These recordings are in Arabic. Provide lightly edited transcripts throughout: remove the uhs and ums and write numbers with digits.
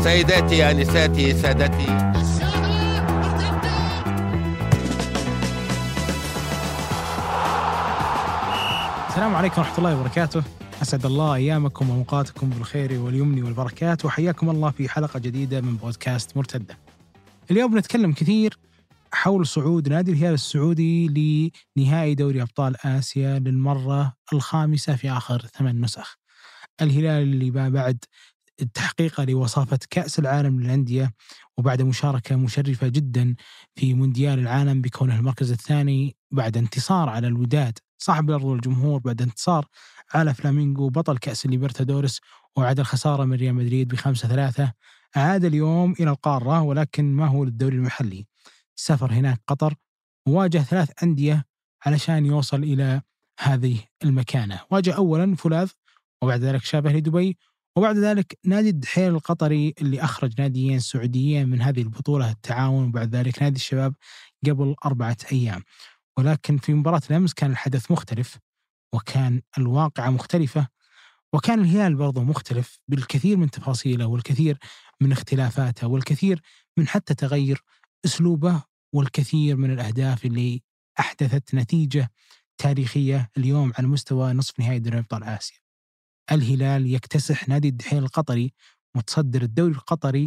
سيداتي آنساتي سادتي، السلام عليكم ورحمة الله وبركاته. أسعد الله أيامكم وأوقاتكم بالخير واليمن والبركات، وحياكم الله في حلقة جديدة من بودكاست مرتدة. اليوم نتكلم كثير حول صعود نادي الهلال السعودي لنهائي دوري أبطال آسيا للمرة الخامسة في آخر 8 نسخ. الهلال اللي بعد التحقيق لوصافة كأس العالم للأندية، وبعد مشاركة مشرفة جدا في مونديال العالم بكونه المركز الثاني بعد انتصار على الوداد صاحب الأرض والجمهور، بعد انتصار على فلامينغو بطل كأس الليبرتادورس، وبعد الخسارة من ريال مدريد ب5-3، عاد اليوم إلى القارة ولكن ما هو للدوري المحلي. سافر هناك قطر وواجه 3 أندية علشان يوصل إلى هذه المكانة. واجه أولا فولاذ، وبعد ذلك شابه لدبي، وبعد ذلك نادي الدحيل القطري اللي أخرج ناديين سعوديين من هذه البطولة التعاون، وبعد ذلك نادي الشباب قبل 4 أيام. ولكن في مباراة الأمس كان الحدث مختلف، وكان الواقعة مختلفة، وكان الهلال برضه مختلف بالكثير من تفاصيله والكثير من اختلافاته والكثير من حتى تغير أسلوبه، والكثير من الأهداف اللي أحدثت نتيجة تاريخية اليوم على مستوى نصف نهائي دوري أبطال آسيا. الهلال يكتسح نادي الدحيل القطري متصدر الدوري القطري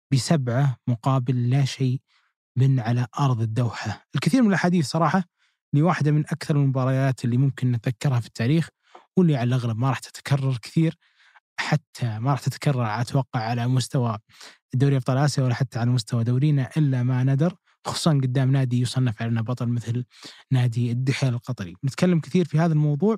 ب7 مقابل لا شيء من على أرض الدوحة. الكثير من الأحاديث صراحة لواحدة من أكثر المباريات اللي ممكن نتذكرها في التاريخ، واللي على الأغلب ما راح تتكرر كثير، حتى ما راح تتكرر أتوقع على مستوى دوري أبطال آسيا ولا حتى على مستوى دورينا إلا ما ندر، خصوصا قدام نادي يصنف علينا بطل مثل نادي الدحيل القطري. نتكلم كثير في هذا الموضوع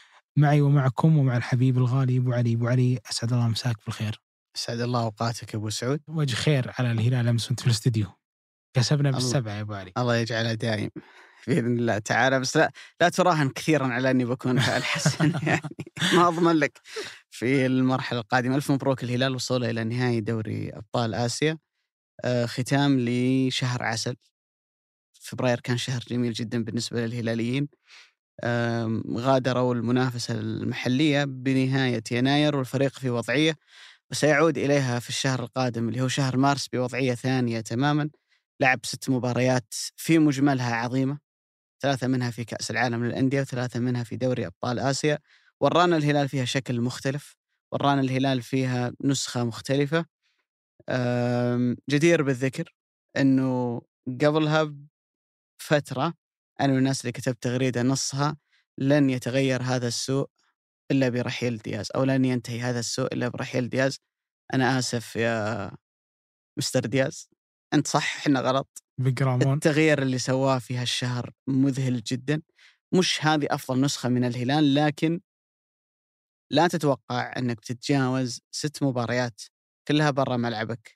معي ومعكم ومع الحبيب الغالي أبو علي. أبو علي، أسعد الله مساك بالخير. أسعد الله أوقاتك أبو سعود. وجه خير على الهلال أمس وأنت في الاستديو، كسبنا ب7 يا أبو علي. الله يجعلها دائم بإذن الله تعالى، بس لا تراهن كثيرا على أني بكون فعل حسن يعني ما أضمن لك في المرحلة القادمة. ألف مبروك الهلال وصوله إلى نهائي دوري أبطال آسيا، ختام لشهر عسل. فبراير كان شهر جميل جدا بالنسبة للهلاليين، غادروا المنافسة المحلية بنهاية يناير والفريق في وضعية وسيعود إليها في الشهر القادم اللي هو شهر مارس بوضعية ثانية تماما. لعب 6 مباريات في مجملها عظيمة، 3 منها في كأس العالم للأندية و3 منها في دوري أبطال آسيا. ورانا الهلال فيها شكل مختلف، ورانا الهلال فيها نسخة مختلفة. جدير بالذكر أنه قبلها فترة أنا من الناس اللي كتبت تغريدة نصها لن يتغير هذا السوء إلا برحيل دياز، أو لن ينتهي هذا السوء إلا برحيل دياز. أنا آسف يا مستر دياز، أنت صح إحنا غلط. بقرامون. التغيير اللي سواه في هالشهر مذهل جدا. مش هذه أفضل نسخة من الهلال، لكن لا تتوقع أنك بتتجاوز 6 مباريات كلها برا ملعبك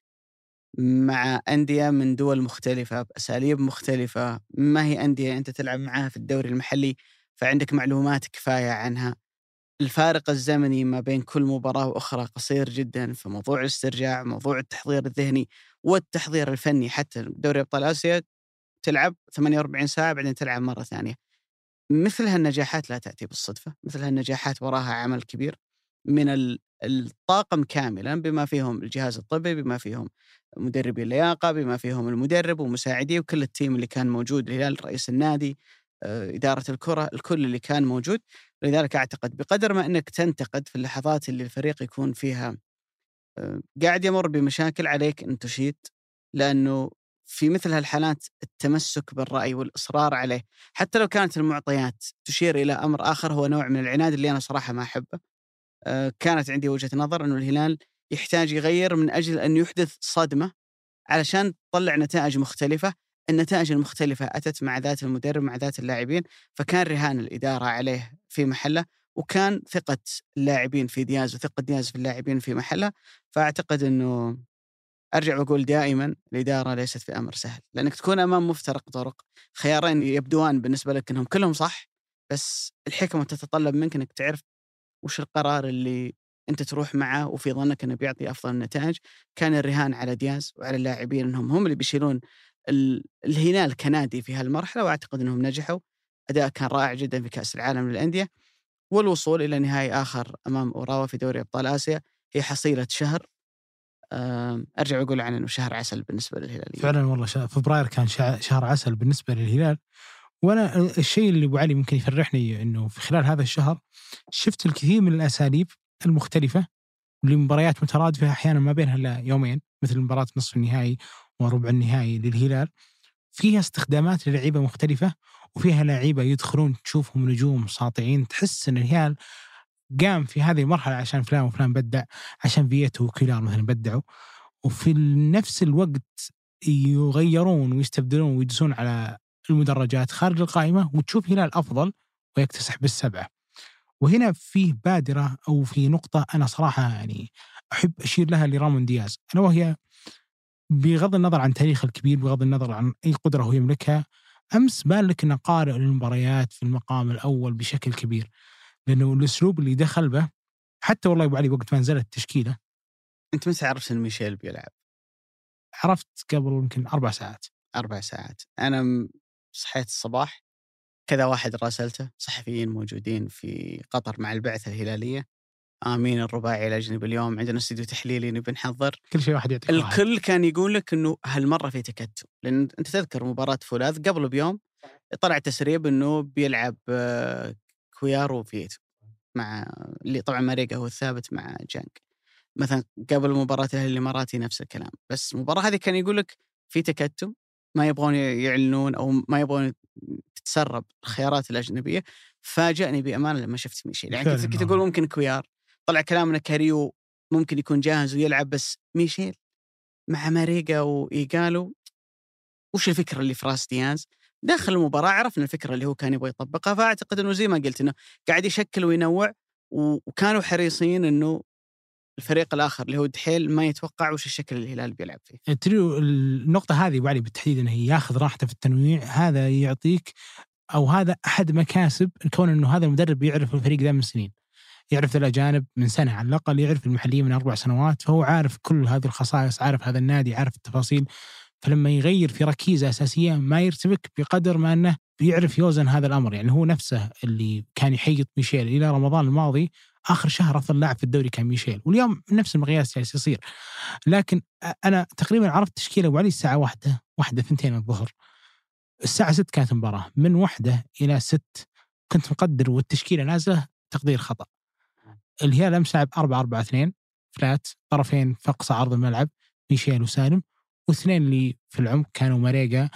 مع أندية من دول مختلفة بأساليب مختلفة، ما هي أندية أنت تلعب معها في الدوري المحلي فعندك معلومات كفاية عنها. الفارق الزمني ما بين كل مباراة وأخرى قصير جدا، في موضوع الاسترجاع، موضوع التحضير الذهني والتحضير الفني. حتى دوري أبطال آسيا تلعب 48 ساعة بعدين تلعب مرة ثانية. مثل هالنجاحات لا تأتي بالصدفة، مثل هالنجاحات وراها عمل كبير من الطاقم كاملا، بما فيهم الجهاز الطبي، بما فيهم مدربي اللياقة، بما فيهم المدرب ومساعديه وكل التيم اللي كان موجود، الهلال رئيس النادي، إدارة الكرة، الكل اللي كان موجود. لذلك أعتقد بقدر ما أنك تنتقد في اللحظات اللي الفريق يكون فيها قاعد يمر بمشاكل، عليك أن تشيد، لأنه في مثل هالحالات التمسك بالرأي والإصرار عليه حتى لو كانت المعطيات تشير إلى أمر آخر هو نوع من العناد اللي أنا صراحة ما أحبه. كانت عندي وجهة نظر أنه الهلال يحتاج يغير من أجل أن يحدث صدمة علشان تطلع نتائج مختلفة. النتائج المختلفة أتت مع ذات المدرب، مع ذات اللاعبين، فكان رهان الإدارة عليه في محله، وكان ثقة اللاعبين في دياز وثقة دياز في اللاعبين في محله. فأعتقد أنه أرجع وأقول دائما الإدارة ليست في أمر سهل، لأنك تكون أمام مفترق طرق، خيارين يبدوان بالنسبة لك أنهم كلهم صح، بس الحكمة تتطلب منك أنك تعرف وش القرار اللي أنت تروح معه وفي ظنك أنه بيعطي أفضل النتائج. كان الرهان على دياز وعلى اللاعبين أنهم هم اللي بيشيلون الهلال كنادي في هالمرحلة، وأعتقد أنهم نجحوا. أداء كان رائع جدا في كأس العالم للأندية، والوصول إلى نهائي آخر أمام أوراوا في دوري أبطال آسيا هي حصيلة شهر أرجع أقول عن أنه شهر عسل بالنسبة للهلاليين. فعلا والله فبراير كان شهر عسل بالنسبة للهلال. وأنا الشيء اللي أبو علي ممكن يفرحني أنه في خلال هذا الشهر شفت الكثير من الأساليب المختلفة لمباريات مترادفة أحيانا ما بينها إلا يومين، مثل مباراة نصف النهائي وربع النهائي للهلال، فيها استخدامات للعيبة مختلفة، وفيها لعيبة يدخلون تشوفهم نجوم ساطعين، تحس أن الهلال قام في هذه المرحلة عشان فلان وفلان بدع، عشان فييتو وكيلار مثلا بدعوا، وفي نفس الوقت يغيرون ويستبدلون ويدسون على المدرجات خارج القائمة، وتشوف هلال أفضل ويكتسح بالسبعة. وهنا فيه بادرة أو في نقطة أنا صراحة يعني أحب أشير لها لرامون دياز، أنا وهي بغض النظر عن تاريخه الكبير، بغض النظر عن أي قدرة هو يملكها، أمس بان لك أنه قارئ للمباريات في المقام الأول بشكل كبير، لأنه الأسلوب اللي دخل به حتى والله أبو علي وقت ما نزلت التشكيلة. أنت متى عرفت أن ميشيل بيلعب؟ عرفت قبل يمكن 4 ساعات. 4 ساعات. أنا صحيت الصباح كذا واحد راسلته، صحفيين موجودين في قطر مع البعثة الهلالية، آمين الرباعي الأجنبي اليوم عندنا استوديو تحليلي نبي نحضر. كل شيء واحد يعطيك الكل واحد. كان يقول لك إنه هالمرة في تكتم، لأن أنت تذكر مباراة فولاذ قبل بيوم طلع تسريب إنه بيلعب كويارو وفييتو مع اللي طبعا ماريجا هو الثابت مع جانج. مثلا قبل مباراة الأهلي الإماراتي نفس الكلام، بس المباراة هذه كان يقول لك في تكتم، ما يبغون يعلنون أو ما يبغون تتسرب الخيارات الأجنبية. فاجأني بأمانة لما شفت ميشيل، يعني كنت أقول ممكن كويار، طلع كلامنا كاريو ممكن يكون جاهز ويلعب، بس ميشيل مع ماريجا وإيغالو وش الفكرة اللي في راس دياز داخل المباراة؟ عرفنا الفكرة اللي هو كان يبغى يطبقها، فأعتقد أنه زي ما قلت أنه قاعد يشكل وينوع، وكانوا حريصين أنه الفريق الآخر اللي هو دحيل ما يتوقع وش الشكل اللي الهلال بيلعب فيه. ترى النقطة هذه بعلي بالتحديد أنه ياخذ راحته في التنويع، هذا يعطيك أو هذا أحد مكاسب كون أنه هذا المدرب يعرف الفريق ذا من سنين، يعرف الأجانب من سنة على الأقل، يعرف المحليين من 4 سنوات، فهو عارف كل هذه الخصائص، عارف هذا النادي، عارف التفاصيل. فلما يغير في ركيزة أساسية ما يرتبك بقدر ما أنه بيعرف يوزن هذا الأمر. يعني هو نفسه اللي كان يحيط ميشيل إلى رمضان الماضي آخر شهر أفضل لاعب في الدوري كان ميشيل، واليوم نفس المقياس جالس يصير. لكن أنا تقريبا عرفت تشكيلة وعلي الساعة 1:02 الظهر، الساعة 6 كانت مباراة، من 1 إلى 6 كنت مقدر والتشكيلة نازلة تقدير خطأ. الهلال أمس لعب 4-4-2 فلات، طرفين في أقصى عرض الملعب ميشيل وسالم، واثنين اللي في العمق كانوا ماريجا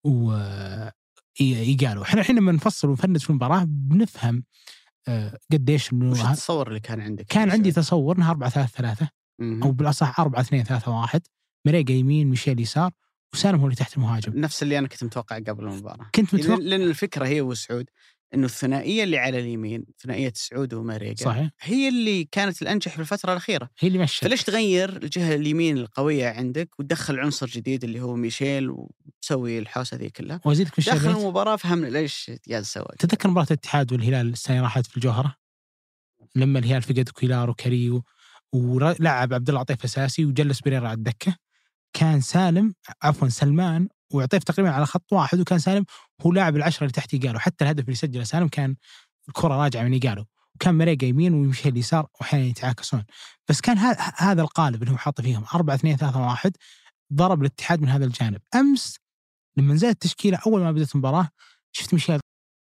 وإيغالو. احنا الحين لما نفصل ونفند في المباراة بنفهم قديش انه وش التصور اللي كان عندك؟ كان عندي تصور انها 4-3-3 او بالاصح 4-2-3-1، ماريجا يمين ميشيل يسار وسالم هو اللي تحت المهاجم، نفس اللي انا كنت متوقع قبل المباراة. كنت متوقع لأن الفكرة هي وسعود انه الثنائية اللي على اليمين، ثنائية سعود وماريجا، صحيح، هي اللي كانت الأنجح في الفترة الأخيرة، هي اللي مشت. فليش تغير الجهة اليمين القوية عندك وتدخل عنصر جديد اللي هو ميشيل وتسوي الحوسة ذي كلها؟ وزيدك من داخل المباراة فهمنا ليش دياز سوى. تذكر مباراة الاتحاد والهلال السنة راحت في الجوهرة لما الهلال فقد كويلار وكاريو ولعب عبد الله عطيف أساسي وجلس بريرا على الدكة، كان سالم سلمان وعطيف تقريبا على خط واحد، وكان سالم هو لاعب العشرة اللي تحت يقالوا، حتى الهدف اللي سجله سالم كان الكرة راجعة من يقالوا، وكان مريقة يمين ويمشي اليسار وحين يتعاكسون. بس كان هذا القالب اللي هو حاطه فيهم 4-2-3-1 ضرب الاتحاد من هذا الجانب. أمس لما نزلت التشكيلة أول ما بدأت المباراة شفت ميشيل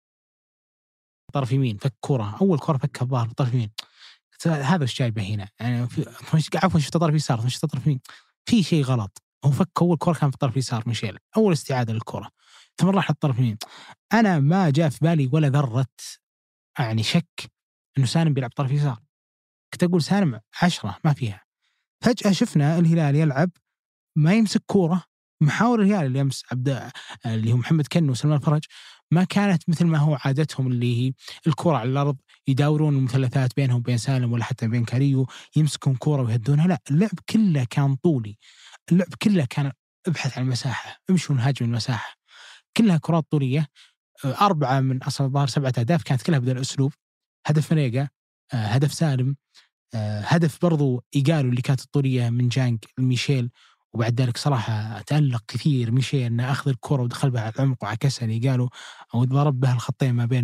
طرف يمين فك كرة، أول كرة فكها الظهر طرف يمين، هذا ايش جايبه هنا يعني عفوا شفت طرف يسار شفت طرف يمين، في شيء غلط. هو فك أول كرة كان في الطرف اليسار ميشيل، أول استعادة للكرة ثم راح للطرف اليمين. أنا ما جاء في بالي ولا ذرة يعني شك إنه سالم بيلعب طرف يسار، كنت أقول سالم 10 ما فيها. فجأة شفنا الهلال يلعب ما يمسك كورة، محاور الهلال اللي يمس اللي هو محمد كنو وسلمان فرج ما كانت مثل ما هو عادتهم، اللي هي الكرة على الأرض يداورون المثلثات بينهم بين سالم ولا حتى بين كاريو يمسكون كرة ويهدونها، لا اللعب كله كان طولي، اللعب كله كان ابحث عن المساحة، امشوا نهاجم المساحة، كلها كرات طولية. 4 من أصل الظاهر 7 أهداف كانت كلها بهذا الأسلوب، هدف مريقة، هدف سالم، هدف برضو إيغالو اللي كانت الطولية من جانج الميشيل. وبعد ذلك صراحة تألق كثير ميشيل أنه أخذ الكرة ودخل بها على العمق وعكسها إيغالو أو ضرب بها الخطين ما بين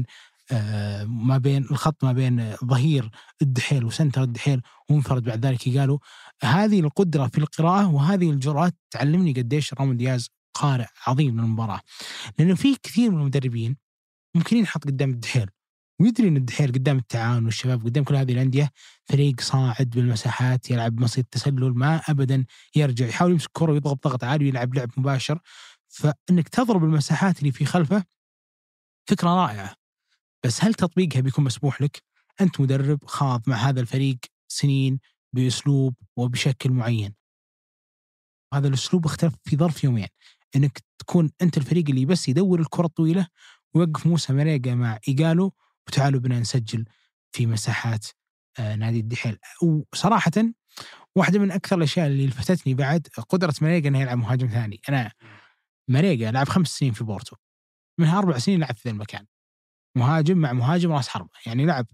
ما بين الخط ما بين ظهير الدحيل وسنتر الدحيل ومنفرد بعد ذلك يقالوا. هذه القدرة في القراءة وهذه الجرأة تعلمني قديش رامون دياز قارئ عظيم للمباراة. لأنه في كثير من المدربين ممكن ينحط قدام الدحيل ويدري أن الدحيل قدام التعاون والشباب قدام كل هذه الأندية فريق صاعد بالمساحات، يلعب مصيد تسلل، ما أبدا يرجع، يحاول يمسك كرة ويضغط ضغط عالي ويلعب لعب مباشر. فإنك تضرب المساحات اللي في خلفه فكرة رائعة، بس هل تطبيقها بيكون مسموح لك؟ أنت مدرب خاض مع هذا الفريق سنين بأسلوب وبشكل معين، هذا الأسلوب اختلف في ظرف يومين. إنك تكون أنت الفريق اللي بس يدور الكرة الطويلة ويوقف موسى مريقة مع إيجالو وتعالوا بنا نسجل في مساحات نادي الدحيل. وصراحة واحدة من أكثر الأشياء اللي لفتتني بعد قدرة مريقة أنه يلعب مهاجم ثاني. أنا مريقة لعب 5 سنين في بورتو، منها 4 سنين لعب في ذا المكان مهاجم مع مهاجم راس حربة، يعني لعب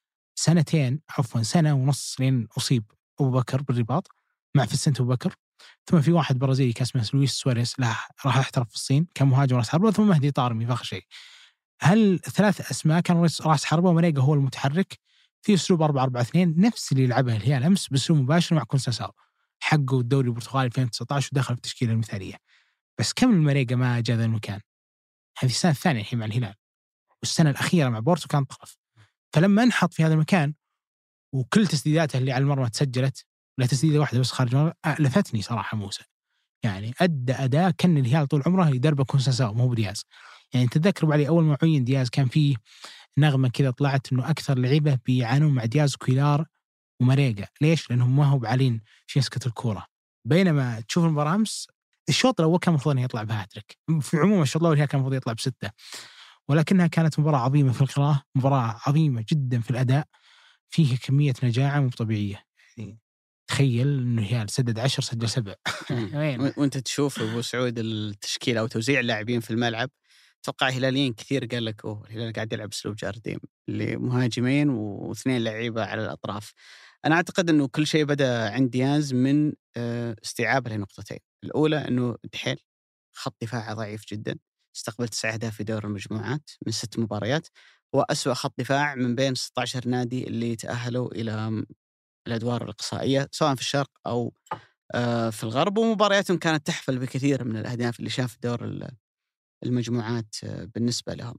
سنة ونص لين أصيب أبو بكر بالرباط مع فيسنت أبو بكر. ثم في واحد برازيلي كان اسمه لويس سواريز راح يحترف في الصين كان مهاجم راس حربة. ثم مهدي طارمي في آخر شيء. هل 3 أسماء كانوا راس حربة ومريقة هو المتحرك في أسلوب 4-4-2 نفس اللي لعبها الهلال أمس بأسلوب مباشر مع كونساساو، حقه الدوري البرتغالي 2019 ودخل في التشكيلة المثالية. بس كم المريقة ما جاء ذا المكان؟ هذه السنة الثانية الحين مع الهلال، والسنة الأخيرة مع بورتو كان طرف. فلما انحط في هذا المكان وكل تسديداته اللي على المرمى تسجلت، لا تسديدة واحدة بس خارج المرمى، لفتني صراحة موسى. يعني أدى أداء كان الهلال طول عمره يدربه كونساساو مو بدياز. يعني تذكروا علي أول ما عين دياز كان فيه نغمة كذا طلعت إنه أكثر لعيبة بيعانون مع دياز وكويلار ومريقة. ليش؟ لأنهم ما هو بعالين في يسكت الكورة. بينما تشوف المباراة أمس الشوط الأول كان المفروض أن يطلع بهاتريك، في عموم الشوط الأول كان المفروض يطلع ب6، ولكنها كانت مباراة عظيمة في القراءة، مباراة عظيمة جدا في الأداء، فيها كمية نجاعة مو طبيعية. يعني تخيل إنه الهلال سدد 10 سجل 7. وأنت تشوف أبو سعود التشكيل أو توزيع اللاعبين في الملعب، توقع هلاليين كثير قال لك الهلال قاعد يلعب أسلوب جارديم اللي مهاجمين و2 لعيبة على الأطراف. أنا أعتقد أنه كل شيء بدأ عند دياز من استيعابه لنقطتين. الأولى أنه الدحيل خط دفاع ضعيف جدا، استقبل 9 أهداف في دور المجموعات من 6 مباريات، وأسوأ خط دفاع من بين 16 نادي اللي تأهلوا إلى الأدوار الإقصائية سواء في الشرق أو في الغرب، ومبارياتهم كانت تحفل بكثير من الأهداف اللي شاف دور المجموعات بالنسبة لهم.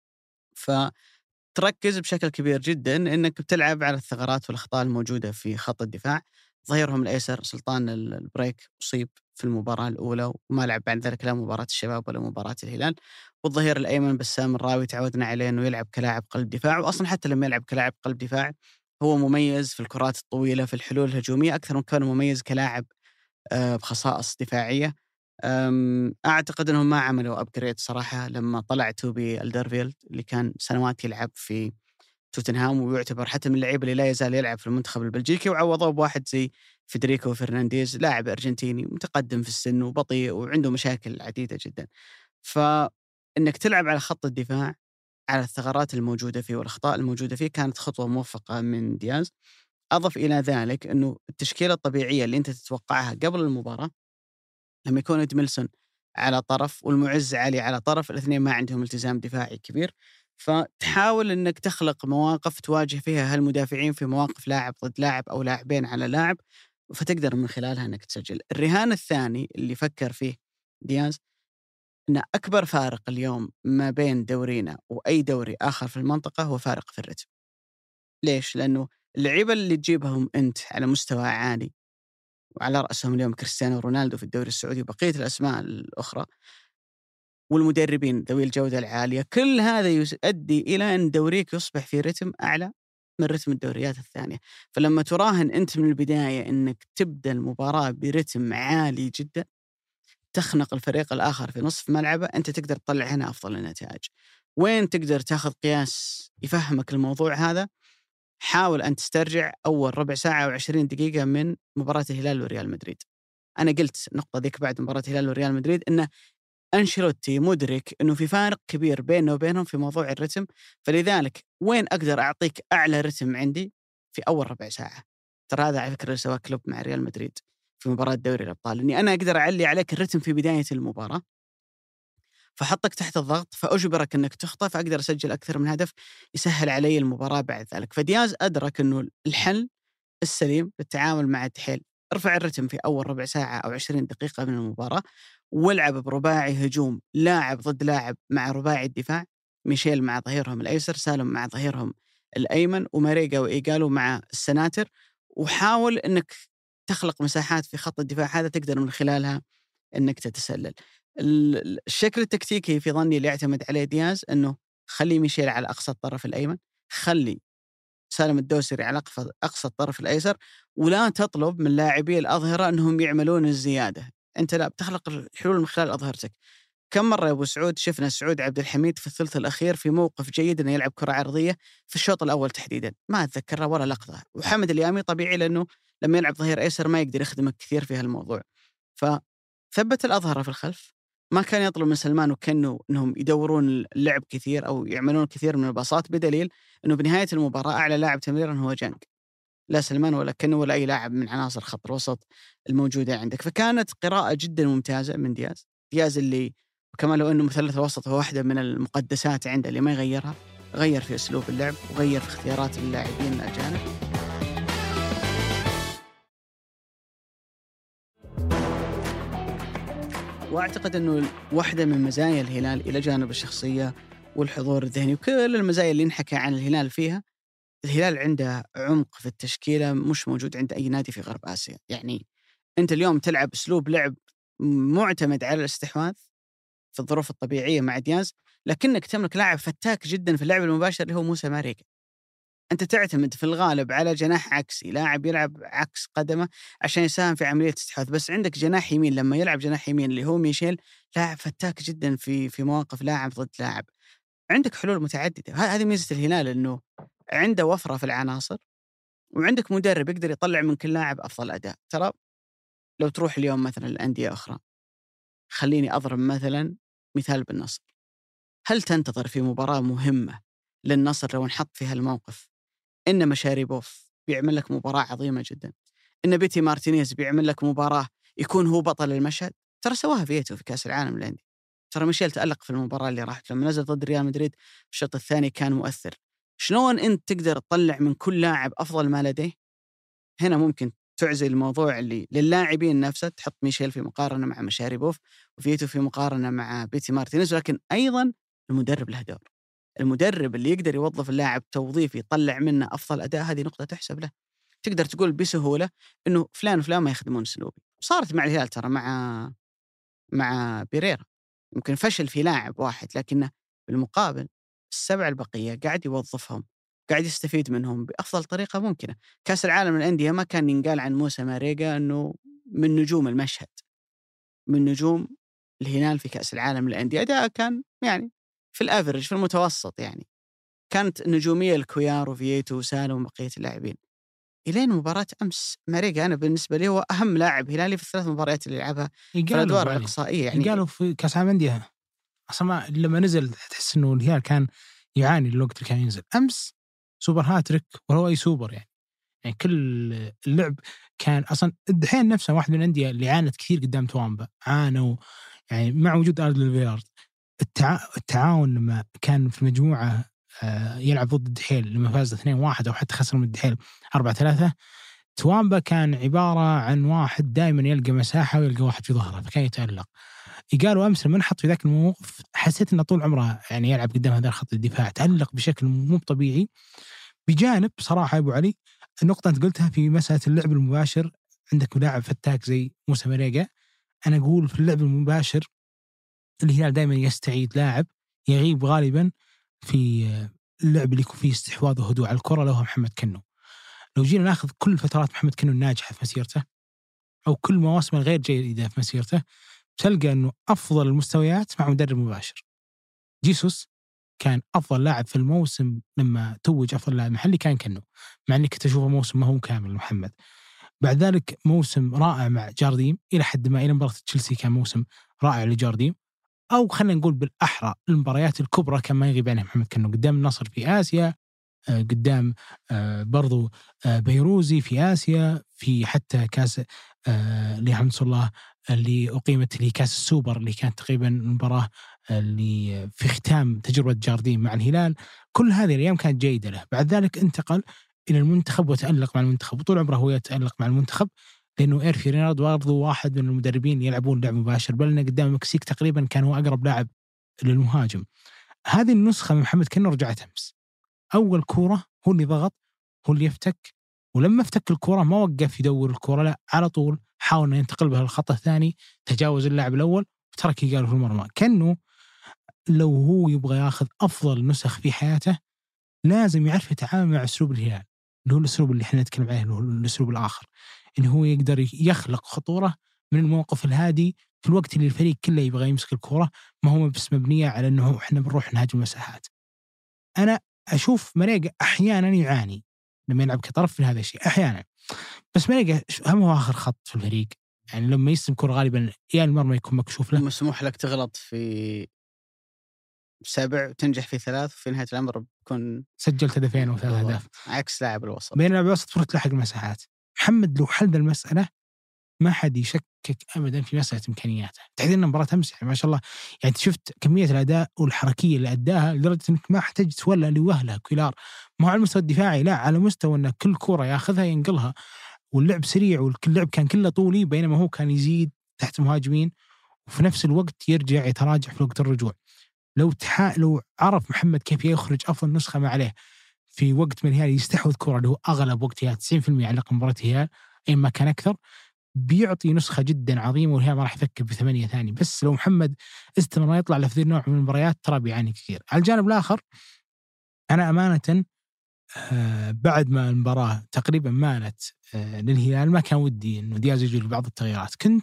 فتركز بشكل كبير جدا أنك بتلعب على الثغرات والأخطاء الموجودة في خط الدفاع. ظهيرهم الأيسر سلطان البريك أصيب في المباراة الأولى وما لعب بعد ذلك لا مباراة الشباب ولا مباراة الهلال. والظهير الأيمن بسام الراوي تعودنا عليه أنه يلعب كلاعب قلب دفاع، وأصلا حتى لما يلعب كلاعب قلب دفاع هو مميز في الكرات الطويلة في الحلول الهجومية أكثر من كونه مميز كلاعب بخصائص دفاعية. أعتقد أنهم ما عملوا أبجريد صراحة لما طلع توبي الدرفيلد اللي كان سنوات يلعب في توتنهام ويعتبر حتى من اللعيبة اللي لا يزال يلعب في المنتخب البلجيكي، وعوضوه بواحد زي فيدريكو فرنانديز لاعب أرجنتيني متقدم في السن وبطيء وعنده مشاكل عديدة جدا. فإنك تلعب على خط الدفاع على الثغرات الموجودة فيه والأخطاء الموجودة فيه كانت خطوة موفقة من دياز. أضف إلى ذلك أنه التشكيلة الطبيعية اللي أنت تتوقعها قبل المباراة لما يكون إدميلسون على طرف والمعز علي على طرف، الاثنين ما عندهم التزام دفاعي كبير، فتحاول أنك تخلق مواقف تواجه فيها هالمدافعين في مواقف لاعب ضد لاعب أو لاعبين على لاعب، فتقدر من خلالها أنك تسجل. الرهان الثاني اللي فكر فيه دياز أن أكبر فارق اليوم ما بين دورينا وأي دوري آخر في المنطقة هو فارق في الرتم. ليش؟ لأنه اللعيبة اللي تجيبهم أنت على مستوى عالي وعلى رأسهم اليوم كريستيانو رونالدو في الدوري السعودي وبقية الأسماء الأخرى والمدربين ذوي الجودة العالية، كل هذا يؤدي إلى أن دوريك يصبح في رتم أعلى من رتم الدوريات الثانية. فلما تراهن أنت من البداية أنك تبدأ المباراة برتم عالي جدا تخنق الفريق الآخر في نصف ملعبه، أنت تقدر تطلع هنا أفضل النتائج. وين تقدر تاخذ قياس يفهمك الموضوع هذا؟ حاول أن تسترجع أول ربع ساعة و20 دقيقة من مباراة الهلال وريال مدريد. أنا قلت النقطة ذيك بعد مباراة الهلال وريال مدريد أن أنشيلوتي مدرك أنه في فارق كبير بينه وبينهم في موضوع الرتم، فلذلك وين أقدر أعطيك أعلى رتم عندي في أول ربع ساعة. ترى هذا على فكرة سواء كلوب مع ريال مدريد في مباراة دوري الأبطال، أني أنا أقدر أعلي عليك الرتم في بداية المباراة، فحطك تحت الضغط، فأجبرك أنك تخطأ، فأقدر أسجل أكثر من هدف يسهل علي المباراة بعد ذلك. فدياز أدرك أنه الحل السليم للتعامل مع الدحيل، ارفع الرتم في أول ربع ساعة أو 20 دقيقة من المباراة، والعب برباعي هجوم، لاعب ضد لاعب مع رباعي الدفاع، ميشيل مع ظهيرهم الأيسر، سالم مع ظهيرهم الأيمن، وماريجا وإيجالو مع السناتر. وحاول أنك تخلق مساحات في خط الدفاع، هذا تقدر من خلالها أنك تتسلل. الشكل التكتيكي في ظني اللي يعتمد عليه دياز أنه خلي ميشيل على أقصى الطرف الأيمن، خلي سالم الدوسري على أقصى الطرف الأيسر، ولا تطلب من لاعبي الأظهرة أنهم يعملون الزيادة. أنت لا بتخلق الحلول من خلال أظهرتك. كم مرة يا أبو سعود شفنا سعود عبد الحميد في الثلث الأخير في موقف جيد أنه يلعب كرة عرضية في الشوط الأول تحديدا، ما أتذكرها ولا لقطة. وحمد اليامي طبيعي لأنه لما يلعب ظهير أيسر ما يقدر يخدمك كثير في هالموضوع، فثبت الأظهرة في الخلف. ما كان يطلب من سلمان وكنو أنهم يدورون اللعب كثير أو يعملون كثير من الباصات، بدليل أنه بنهاية المباراة أعلى لاعب تمريرا هو جانج، لا سلمان ولا كنو ولا أي لاعب من عناصر خط الوسط الموجودة عندك. فكانت قراءة جدا ممتازة من دياز اللي وكما لو أنه مثلث الوسط هو واحدة من المقدسات عنده اللي ما يغيرها، غير في أسلوب اللعب وغير في اختيارات اللاعبين الأجانب. وأعتقد أنه واحدة من مزايا الهلال إلى جانب الشخصية والحضور الذهني وكل المزايا اللي نحكى عن الهلال فيها، الهلال عنده عمق في التشكيلة مش موجود عند أي نادي في غرب آسيا. يعني أنت اليوم تلعب أسلوب لعب معتمد على الاستحواذ في الظروف الطبيعية مع دياز، لكنك تملك لاعب فتاك جدا في اللعب المباشر اللي هو موسى ماريجا. أنت تعتمد في الغالب على جناح عكسي، لاعب يلعب عكس قدمه عشان يساهم في عملية استحواذ، بس عندك جناح يمين لما يلعب جناح يمين اللي هو ميشيل، لاعب فتاك جدا في مواقف لاعب ضد لاعب. عندك حلول متعددة، هذه ميزة الهلال أنه عنده وفرة في العناصر، وعندك مدرب يقدر يطلع من كل لاعب أفضل أداء. ترى لو تروح اليوم مثلا الأندية أخرى، خليني أضرب مثلا مثال بالنصر، هل تنتظر في مباراة مهمة للنصر لو نحط فيها الموقف إن مشاريبوف بيعمل لك مباراة عظيمة جدا، إن بيتي مارتينيز بيعمل لك مباراة يكون هو بطل المشهد؟ ترى سواها فيتو في كأس العالم للأندية، ترى ميشيل تألق في المباراة اللي راحت لما نزل ضد ريال مدريد في الشوط الثاني كان مؤثر. شلون أنت تقدر تطلع من كل لاعب أفضل ما لديه؟ هنا ممكن تعزل الموضوع اللي للاعبين نفسه، تحط ميشيل في مقارنة مع مشاريبوف وفيتو في مقارنة مع بيتي مارتينيز، لكن أيضا المدرب له دور. المدرب اللي يقدر يوظف اللاعب توظيف يطلع منه أفضل أداء، هذه نقطة تحسب له. تقدر تقول بسهولة إنه فلان وفلان ما يخدمون أسلوبي. صارت مع الهلال ترى مع بيريرا، يمكن فشل في لاعب واحد لكنه بالمقابل السبع البقية قاعد يوظفهم، قاعد يستفيد منهم بأفضل طريقة ممكنة. كأس العالم للأندية ما كان ينقال عن موسى ماريجا أنه من نجوم المشهد، من نجوم الهلال في كأس العالم للأندية. أداء كان يعني في الأفرج، في المتوسط، يعني كانت نجومية الكويار وفييتو وسالم وبقية اللاعبين. إلين مباراة أمس ماريجا أنا بالنسبة لي هو أهم لاعب هلالي في الثلاث مباريات اللي لعبها في الأدوار الإقصائية. يعني قالوا في كأس العالم للأندية أصلا لما نزل تحس إنه الهلال كان يعاني الوقت اللي كان ينزل. أمس سوبر هاتريك وهو أي سوبر، يعني كل اللعب كان أصلا. الدحين نفسه واحد من الأندية اللي عانت كثير قدام توامبا، عانوا يعني مع وجود أردل فيارد. التعاون لما كان في مجموعة يلعب ضد الدحيل لما فاز 2-1 أو حتى خسر من الدحيل 4-3، توامبا كان عبارة عن واحد دائما يلقى مساحة ويلقى واحد في ظهره فكان يتألق. قالوا أمس لما نحط في ذاك الموقف حسيت أنه طول عمره يعني يلعب قدام هذا الخط الدفاع، تألق بشكل مو طبيعي. بجانب صراحة أبو علي النقطة أنت قلتها في مسألة اللعب المباشر، عندك لاعب فتاك زي موسى ماريجا. أنا أقول في اللعب المباشر الهلال دائما يستعيد لاعب يغيب غالبا في اللعب اللي يكون فيه استحواذ وهدوء على الكرة، له محمد كنو. لو جينا ناخذ كل فترات محمد كنو الناجحة في مسيرته أو كل مواسم الغير جيدة في مسيرته، تلقى أنه أفضل المستويات مع مدرب مباشر. جيسوس كان أفضل لاعب في الموسم لما توج أفضل لاعب محلي كان كنو، مع أني كنت أشوفه موسم ما هو كامل محمد. بعد ذلك موسم رائع مع جارديم إلى حد ما، إلى مباراة تشيلسي كان موسم رائع لجارديم. أو خلينا نقول بالأحرى المباريات الكبرى كان ما يغيب عنها محمد كنو، قدام النصر في آسيا، قدام برضو بيروزي في آسيا، في حتى كاس اللي الحمد لله اللي أقيمت لي كاس السوبر اللي كانت تقريبا المباراة اللي في ختام تجربة جاردين مع الهلال، كل هذه الأيام كانت جيدة له. بعد ذلك انتقل إلى المنتخب وتألق مع المنتخب، وطول عمره هو يتألق مع المنتخب، لأنه إيرفي رينارد برضه واحد من المدربين يلعبون لعب مباشر، بل إنه قدام المكسيك تقريبا كان هو أقرب لاعب للمهاجم. هذه النسخة من محمد كأنه رجعت أمس. أول كورة هو اللي ضغط، هو اللي يفتك، ولما افتك الكورة ما وقف يدور الكورة، لا على طول حاول أن ينتقل بها الخط الثاني، تجاوز اللاعب الأول وترك يقال في المرمى. كأنه لو هو يبغى ياخذ أفضل نسخ في حياته لازم يعرف يتعامل مع أسلوب الهلال، اللي هو الأسلوب اللي احنا نتكلم عليه، اللي هو الأسلوب الآخر، إنه هو يقدر يخلق خطورة من الموقف الهادي في الوقت اللي الفريق كله يبغى يمسك الكورة، ما هو بس مبنية على إنه احنا بنروح نهاجم مساحات. أنا أشوف مريقة أحيانا يعاني لما يلعب كطرف في هذا الشيء أحيانا، بس مريقة هم هو آخر خط في الفريق، يعني لما يستلم كرة غالبا يا المرمى يكون مكشوف له. مسموح لك تغلط في 7 وتنجح في 3، وفي نهاية الأمر بكون سجلت هدفين و3 أهداف، عكس لاعب الوسط. بين لاعب الوسط فرصة تلحق المساحات. محمد لو حل المسألة ما حد يشكك أبدا في مسألة إمكانياته. تحديدا مباراة أمس يعني ما شاء الله، يعني شفت كمية الأداء والحركية اللي أداها لدرجة أنك ما احتجت تولى لوهلة كولار، ما هو على المستوى الدفاعي، لا على مستوى أن كل كرة ياخذها ينقلها، واللعب سريع، واللعب كان كله طولي، بينما هو كان يزيد تحت المهاجمين وفي نفس الوقت يرجع يتراجع في وقت الرجوع. لو عرف محمد كيف يخرج أفضل نسخة ما عليه في وقت من الهلال يستحوذ كرة اللي هو أغلب وقتها 90% على مباراة الهلال، أي ما كان أكثر، بيعطي نسخة جدا عظيمة، والهلال ما راح يفكر ب8 ثانية. بس لو محمد استمر يطلع لهذه النوع من المباريات ترى بيعاني كثير. على الجانب الآخر أنا أمانة بعد ما المباراة تقريبا مالت للهلال ما كان ودي إنه دياز يجي بعض التغييرات، كنت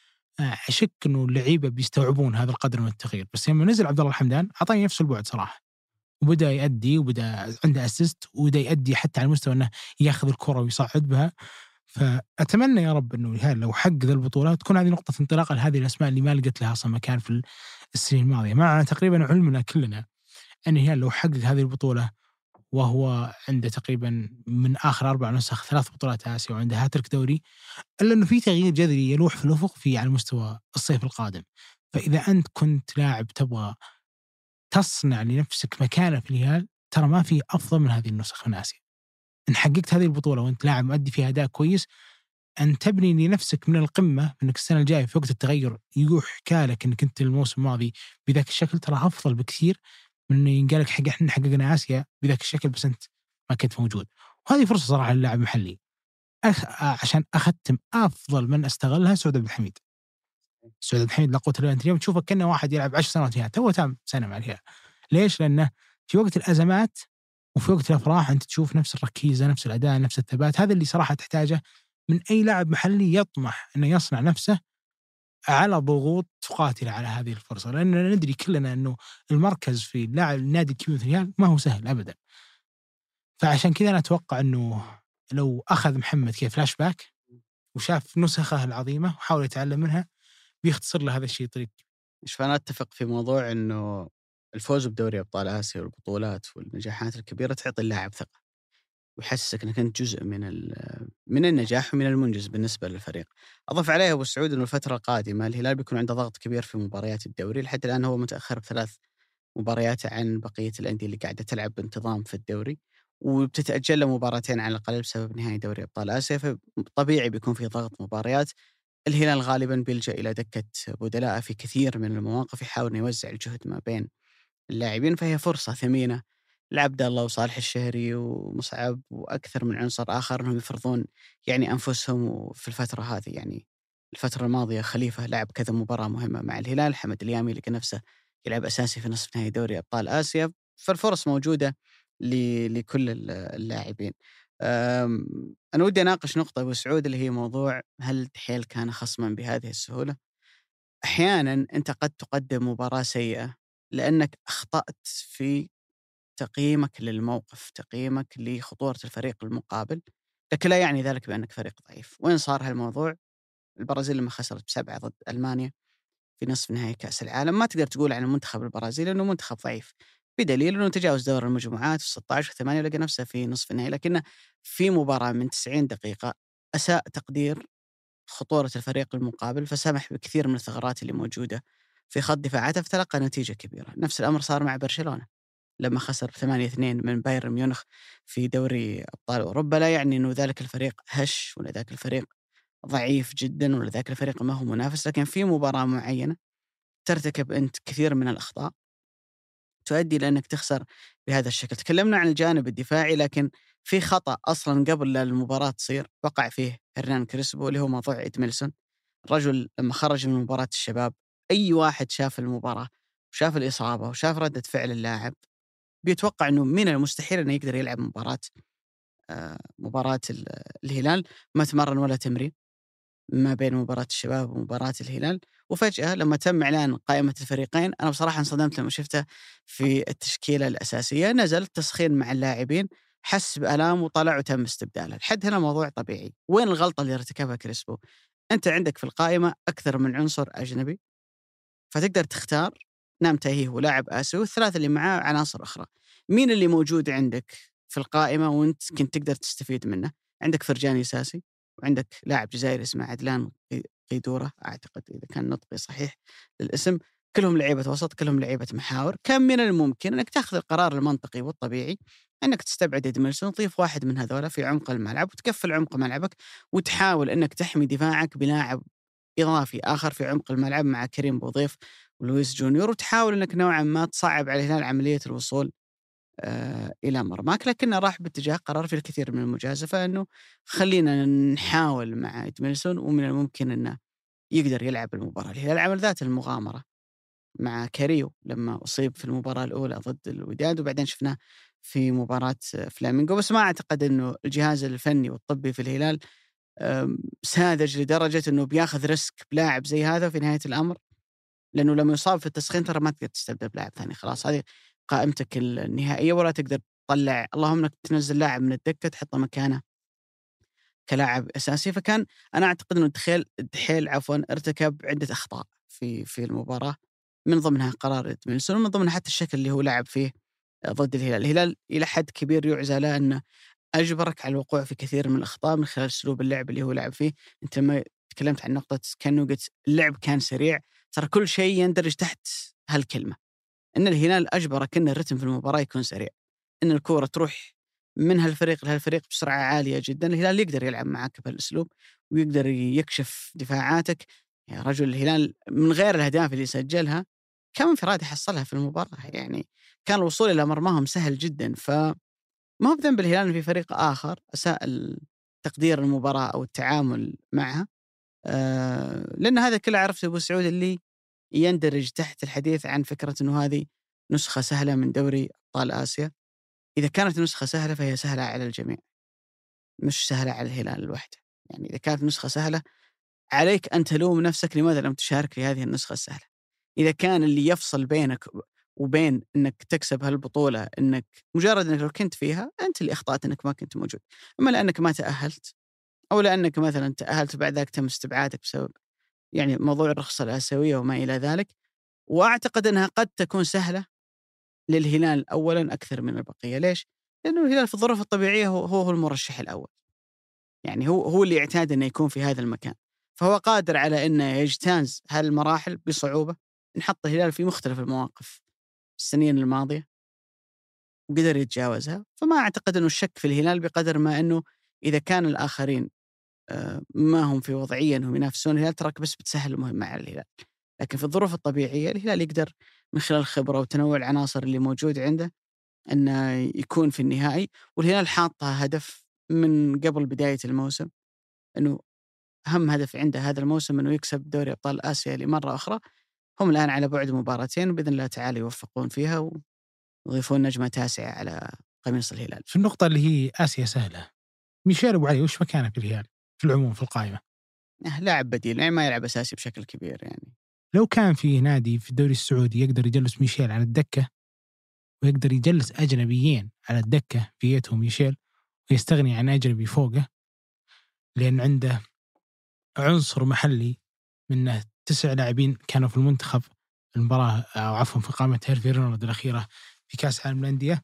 أشك إنه اللعيبة بيستوعبون هذا القدر من التغيير، بس لما نزل عبد الله الحمدان أعطاني نفس البعد صراحة، وبدأ يأدي وبدأ عنده أسيست وبدأ يأدي حتى على المستوى أنه يأخذ الكرة ويصعد بها. فأتمنى يا رب أنه الهلال لو حقق البطولة تكون هذه نقطة انطلاق لهذه الأسماء اللي ما لقت لها أصلا مكان في السنين الماضية، مع تقريبا علمنا كلنا أن الهلال لو حقق هذه البطولة وهو عنده تقريبا من آخر 4 نسخ 3 بطولات آسيا وعنده هاتريك دوري، إلا أنه في تغيير جذري يلوح في الأفق في على مستوى الصيف القادم. فإذا أنت كنت لاعب تبغى تصنع لنفسك مكانة في الهلال، ترى ما في أفضل من هذه النسخ من آسيا. إن حققت هذه البطولة وأنت لاعب مؤدي فيها أداء كويس، أن تبني لنفسك من القمة، أنك السنة الجاية في وقت التغير يحكى لك أنك أنت الموسم الماضي بذاك الشكل، ترى أفضل بكثير من أنه ينقال لك إحنا حققنا آسيا بذاك الشكل بس أنت ما كنت موجود. وهذه فرصة صراحة للاعب محلي. عشان أختم، أفضل من استغلها سعود عبد الحميد. سعود عبد الحميد لقوة اليوم اليوم تشوفه كأنه واحد يلعب 10 سنوات فيها، تو تام سنة مع الهلال. ليش؟ لأنه في وقت الأزمات وفي وقت الأفراح أنت تشوف نفس الركيزة، نفس الأداء، نفس الثبات. هذا اللي صراحة تحتاجه من أي لاعب محلي يطمح أنه يصنع نفسه على ضغوط تقاتل على هذه الفرصة، لأننا ندري كلنا أنه المركز في اللاعب النادي الكبير في الهلال ما هو سهل أبدا. فعشان كذا أنا أتوقع أنه لو أخذ محمد كيف فلاش باك وشاف نسخه العظيمة وحاول يتعلم منها بيختصر له هذا الشيء طريق. فأنا أتفق في موضوع أنه الفوز بدوري أبطال آسيا والبطولات والنجاحات الكبيرة تعطي اللاعب ثقة ويحسسك أنك أنت جزء من النجاح ومن المنجز بالنسبة للفريق. أضف عليها أبو سعود أنه الفترة القادمة الهلال بيكون عنده ضغط كبير في مباريات الدوري. لحد الآن هو متأخر ب3 مباريات عن بقية الأندية اللي قاعدة تلعب بانتظام في الدوري، وبتتأجل له 2 مباراتين على الأقل بسبب نهائي دوري أبطال آسيا، فطبيعي بيكون في ضغط مباريات. الهلال غالبا بيلجأ إلى دكة بدلاء في كثير من المواقف، يحاول يوزع الجهد ما بين اللاعبين، فهي فرصة ثمينة لعبد الله وصالح الشهري ومصعب وأكثر من عنصر آخر أنهم يفرضون يعني أنفسهم في الفترة هذه. يعني الفترة الماضية خليفة لعب كذا مباراة مهمة مع الهلال، حمد اليامي لقى نفسه يلعب أساسي في نصف نهائي دوري أبطال آسيا، فالفرص موجودة لكل اللاعبين. أنا ودي أناقش نقطة أبو سعود اللي هي موضوع هل دحيل كان خصما بهذه السهولة؟ أحيانا أنت قد تقدم مباراة سيئة لأنك أخطأت في تقييمك للموقف، تقييمك لخطورة الفريق المقابل، لكن لا يعني ذلك بأنك فريق ضعيف. وين صار هالموضوع؟ البرازيل لما خسرت ب7 ضد ألمانيا في نصف نهائي كأس العالم، ما تقدر تقول عن المنتخب البرازيلي أنه منتخب ضعيف، بدليل أنه تجاوز دور المجموعات في 16 و8 ولقى نفسه في نصف النهائي، لكنه في مباراة من 90 دقيقة أساء تقدير خطورة الفريق المقابل، فسمح بكثير من الثغرات اللي موجودة في خط دفاعاته فتلقى نتيجة كبيرة. نفس الأمر صار مع برشلونة لما خسر 8-2 من بايرن ميونخ في دوري أبطال أوروبا. لا يعني أنه ذلك الفريق هش ولا ذاك الفريق ضعيف جدا ولا ذاك الفريق ما هو منافس، لكن في مباراة معينة ترتكب أنت كثير من الأخطاء تؤدي لأنك تخسر بهذا الشكل. تكلمنا عن الجانب الدفاعي، لكن في خطأ أصلا قبل المباراة تصير وقع فيه هرنان كريسبو اللي هو موضوع إدميلسون. الرجل لما خرج من مباراة الشباب، أي واحد شاف المباراة وشاف الإصابة وشاف ردة فعل اللاعب بيتوقع أنه من المستحيل أنه يقدر يلعب مباراة الهلال. ما تمرن ولا تمرين ما بين مباراة الشباب ومباراة الهلال. وفجأة لما تم إعلان قائمة الفريقين، أنا بصراحة انصدمت لما شفته في التشكيلة الأساسية. نزل تسخين مع اللاعبين، حس بآلام وطلع وتم استبداله. لحد هنا موضوع طبيعي. وين الغلطة اللي ارتكبها كريسبو؟ أنت عندك في القائمة أكثر من عنصر أجنبي، فتقدر تختار نام تاهيه ولاعب آسيوي والثلاثة اللي معاه عناصر أخرى. مين اللي موجود عندك في القائمة وأنت كنت تقدر تستفيد منه؟ عندك فرجاني ساسي، وعندك لاعب جزائري اسمه عدلان قيدورة أعتقد إذا كان نطقي صحيح للاسم. كلهم لعيبة وسط، كلهم لعيبة محاور. كان من الممكن أنك تأخذ القرار المنطقي والطبيعي أنك تستبعد إدميلسون، تضيف واحد من هذولا في عمق الملعب وتكفل عمق ملعبك، وتحاول أنك تحمي دفاعك بلاعب إضافي آخر في عمق الملعب مع كريم بوضيف ولويس جونيور، وتحاول أنك نوعا ما تصعب على الهلال عملية الوصول إلى مرماك. لكنه راح باتجاه قرار في الكثير من المجازفة، أنه خلينا نحاول مع إدميلسون ومن الممكن أنه يقدر يلعب المباراة. الهلال عمل ذات المغامرة مع كاريو لما أصيب في المباراة الأولى ضد الوداد، وبعدين شفناه في مباراة فلامينغو. بس ما أعتقد أنه الجهاز الفني والطبي في الهلال ساذج لدرجة أنه بياخذ ريسك بلاعب زي هذا في نهاية الأمر، لأنه لما يصاب في التسخين ترى ما تقدر تستبدل بلاعب ثاني. خلاص هذه قائمتك النهائية، ولا تقدر تطلع، اللهم انك تنزل لاعب من الدكة تحطه مكانه كلاعب أساسي. فكان أنا أعتقد أنه الدحيل ارتكب عدة أخطاء في المباراة، من ضمنها قرار إدميلسون، ومن ضمنها حتى الشكل اللي هو لعب فيه ضد الهلال. الهلال إلى حد كبير يعزى له أنه أجبرك على الوقوع في كثير من الأخطاء من خلال أسلوب اللعب اللي هو لعب فيه. أنت لما تكلمت عن نقطة كأنه قلت اللعب كان سريع، ترى كل شيء يندرج تحت هالكلمة. إن الهلال أجبرك أن الرتم في المباراة يكون سريع، إن الكورة تروح من هالفريق لهالفريق بسرعة عالية جدا. الهلال يقدر يلعب معك بهالأسلوب ويقدر يكشف دفاعاتك. يا رجل الهلال من غير الأهداف اللي سجلها كم انفراد يحصلها في المباراة، يعني كان الوصول إلى مرماهم سهل جدا. فما هو بذنب الهلال إن في فريق آخر أساء تقدير المباراة أو التعامل معها، لأن هذا كله عرفت أبو سعود اللي يندرج تحت الحديث عن فكرة أنه هذه نسخة سهلة من دوري أبطال آسيا. إذا كانت نسخة سهلة فهي سهلة على الجميع، مش سهلة على الهلال الوحده. يعني إذا كانت نسخة سهلة عليك أن تلوم نفسك لماذا لم تشارك في هذه النسخة السهلة. إذا كان اللي يفصل بينك وبين أنك تكسب هالبطولة أنك مجرد أنك لو كنت فيها أنت اللي أخطأت أنك ما كنت موجود، أما لأنك ما تأهلت أو لأنك مثلا تأهلت وبعد ذلك تم استبعادك بسبب يعني موضوع الرخصة الآسيوية وما إلى ذلك. وأعتقد أنها قد تكون سهلة للهلال أولا أكثر من البقية. ليش؟ لأنه الهلال في الظروف الطبيعية هو المرشح الأول، يعني هو اللي يعتاد أنه يكون في هذا المكان، فهو قادر على أنه يجتاز هالمراحل بصعوبة. نحط الهلال في مختلف المواقف السنين الماضية وقدر يتجاوزها. فما أعتقد أنه الشك في الهلال بقدر ما أنه إذا كان الآخرين ما هم في وضعية أنهم ينافسون الهلال تراك بس بتسهل المهمة على الهلال. لكن في الظروف الطبيعية الهلال يقدر من خلال الخبرة وتنوع العناصر اللي موجود عنده أنه يكون في النهائي. والهلال حاطها هدف من قبل بداية الموسم، أنه أهم هدف عنده هذا الموسم أنه يكسب دوري أبطال آسيا لمرة أخرى. هم الآن على بعد مباراتين وبإذن الله تعالى يوفقون فيها ويضيفون نجمة تاسعة على قميص الهلال. في النقطة اللي هي آسيا سهلة، ميشيل أبو علي وش مكانه في الهلال في العموم في القائمة؟ لاعب بديل، يعني ما يلعب أساسي بشكل كبير. يعني لو كان في نادي في الدوري السعودي يقدر يجلس ميشيل على الدكة ويقدر يجلس أجنبيين على الدكة فيتهم ميشيل ويستغني عن أجنبي فوقه، لأن عنده عنصر محلي منه 9 لاعبين كانوا في المنتخب المباراة أو عفوا في قائمة هيرفي رونالد الأخيرة في كأس العالم للأندية،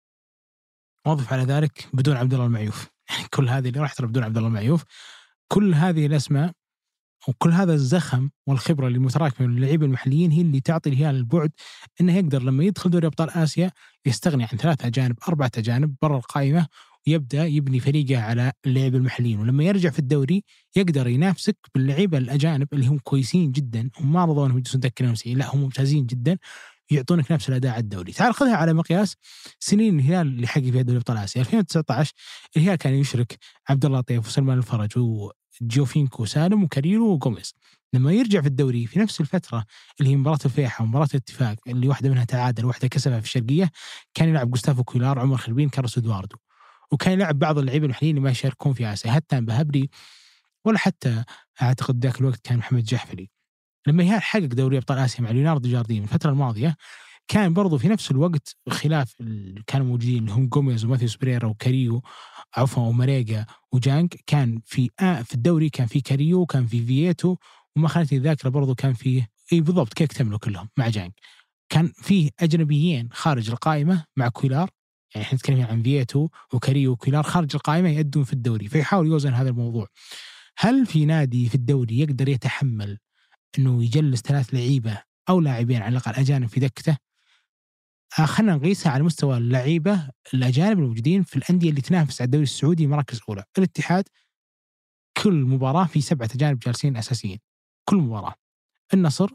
وأضف على ذلك بدون عبد الله المعيوف. يعني كل هذه اللي راح ترى بدون عبد الله المعيوف، كل هذه الأسماء وكل هذا الزخم والخبرة اللي متراكمة من اللعيبة المحليين هي اللي تعطي الهلال البعد إنه يقدر لما يدخل دوري أبطال آسيا يستغني عن 3 أجانب 4 أجانب برا القائمة، ويبدأ يبني فريقه على اللعيبة المحليين. ولما يرجع في الدوري يقدر ينافسك باللعيبة الأجانب اللي هم كويسين جدا، هم ما رضوا أنهم يجلسون دكة نفسية، لا هم ممتازين جدا يعطونك نفس الأداء الدوري. تعال خذها على مقياس سنين الهلال اللي حقق فيها دوري أبطال آسيا. 2019 الهلال كان يشرك عبد الله طيف وسلمان الفرج وجوفينكو وسالم وكاريرو وغوميز. لما يرجع في الدوري في نفس الفترة اللي هي مباراة الفيحة ومباراة الاتفاق اللي واحدة منها تعادل وواحدة كسبها في الشرقية، كان يلعب جوستافو كويلار، عمر خربين، كارلوس إدواردو، وكان يلعب بعض اللعيبة المحليين اللي ما يشاركون في آسيا، حتى بهبري ولا حتى أعتقد ذاك الوقت كان محمد جحفلي. لما الهلال حقق دوري أبطال آسيا مع ليوناردو جاردين الفترة الماضية، كان برضو في نفس الوقت خلاف اللي كانوا موجودين اللي هم غوميز وماثيوس بريرا وكاريو وماريجا وجانج. كان في الدوري كان في كاريو وكان في فييتو، وما خانتني الذاكرة برضو كان فيه بالضبط كيف تملوا كلهم مع جانج. كان فيه أجنبيين خارج القائمة مع كويلار، يعني احنا نتكلم عن فييتو وكاريو وكويلار خارج القائمة يأدون في الدوري، فيحاول يوزن هذا الموضوع. هل في نادي في الدوري يقدر يتحمل أنه يجلس 3 لعيبة أو لاعبين على الأقل أجانب في دكته؟ خلنا نقيسها على مستوى اللعيبة الأجانب الموجودين في الأندية اللي تنافس على الدوري السعودي مراكز أولى. الاتحاد كل مباراة في 7 أجانب جالسين أساسيين كل مباراة. النصر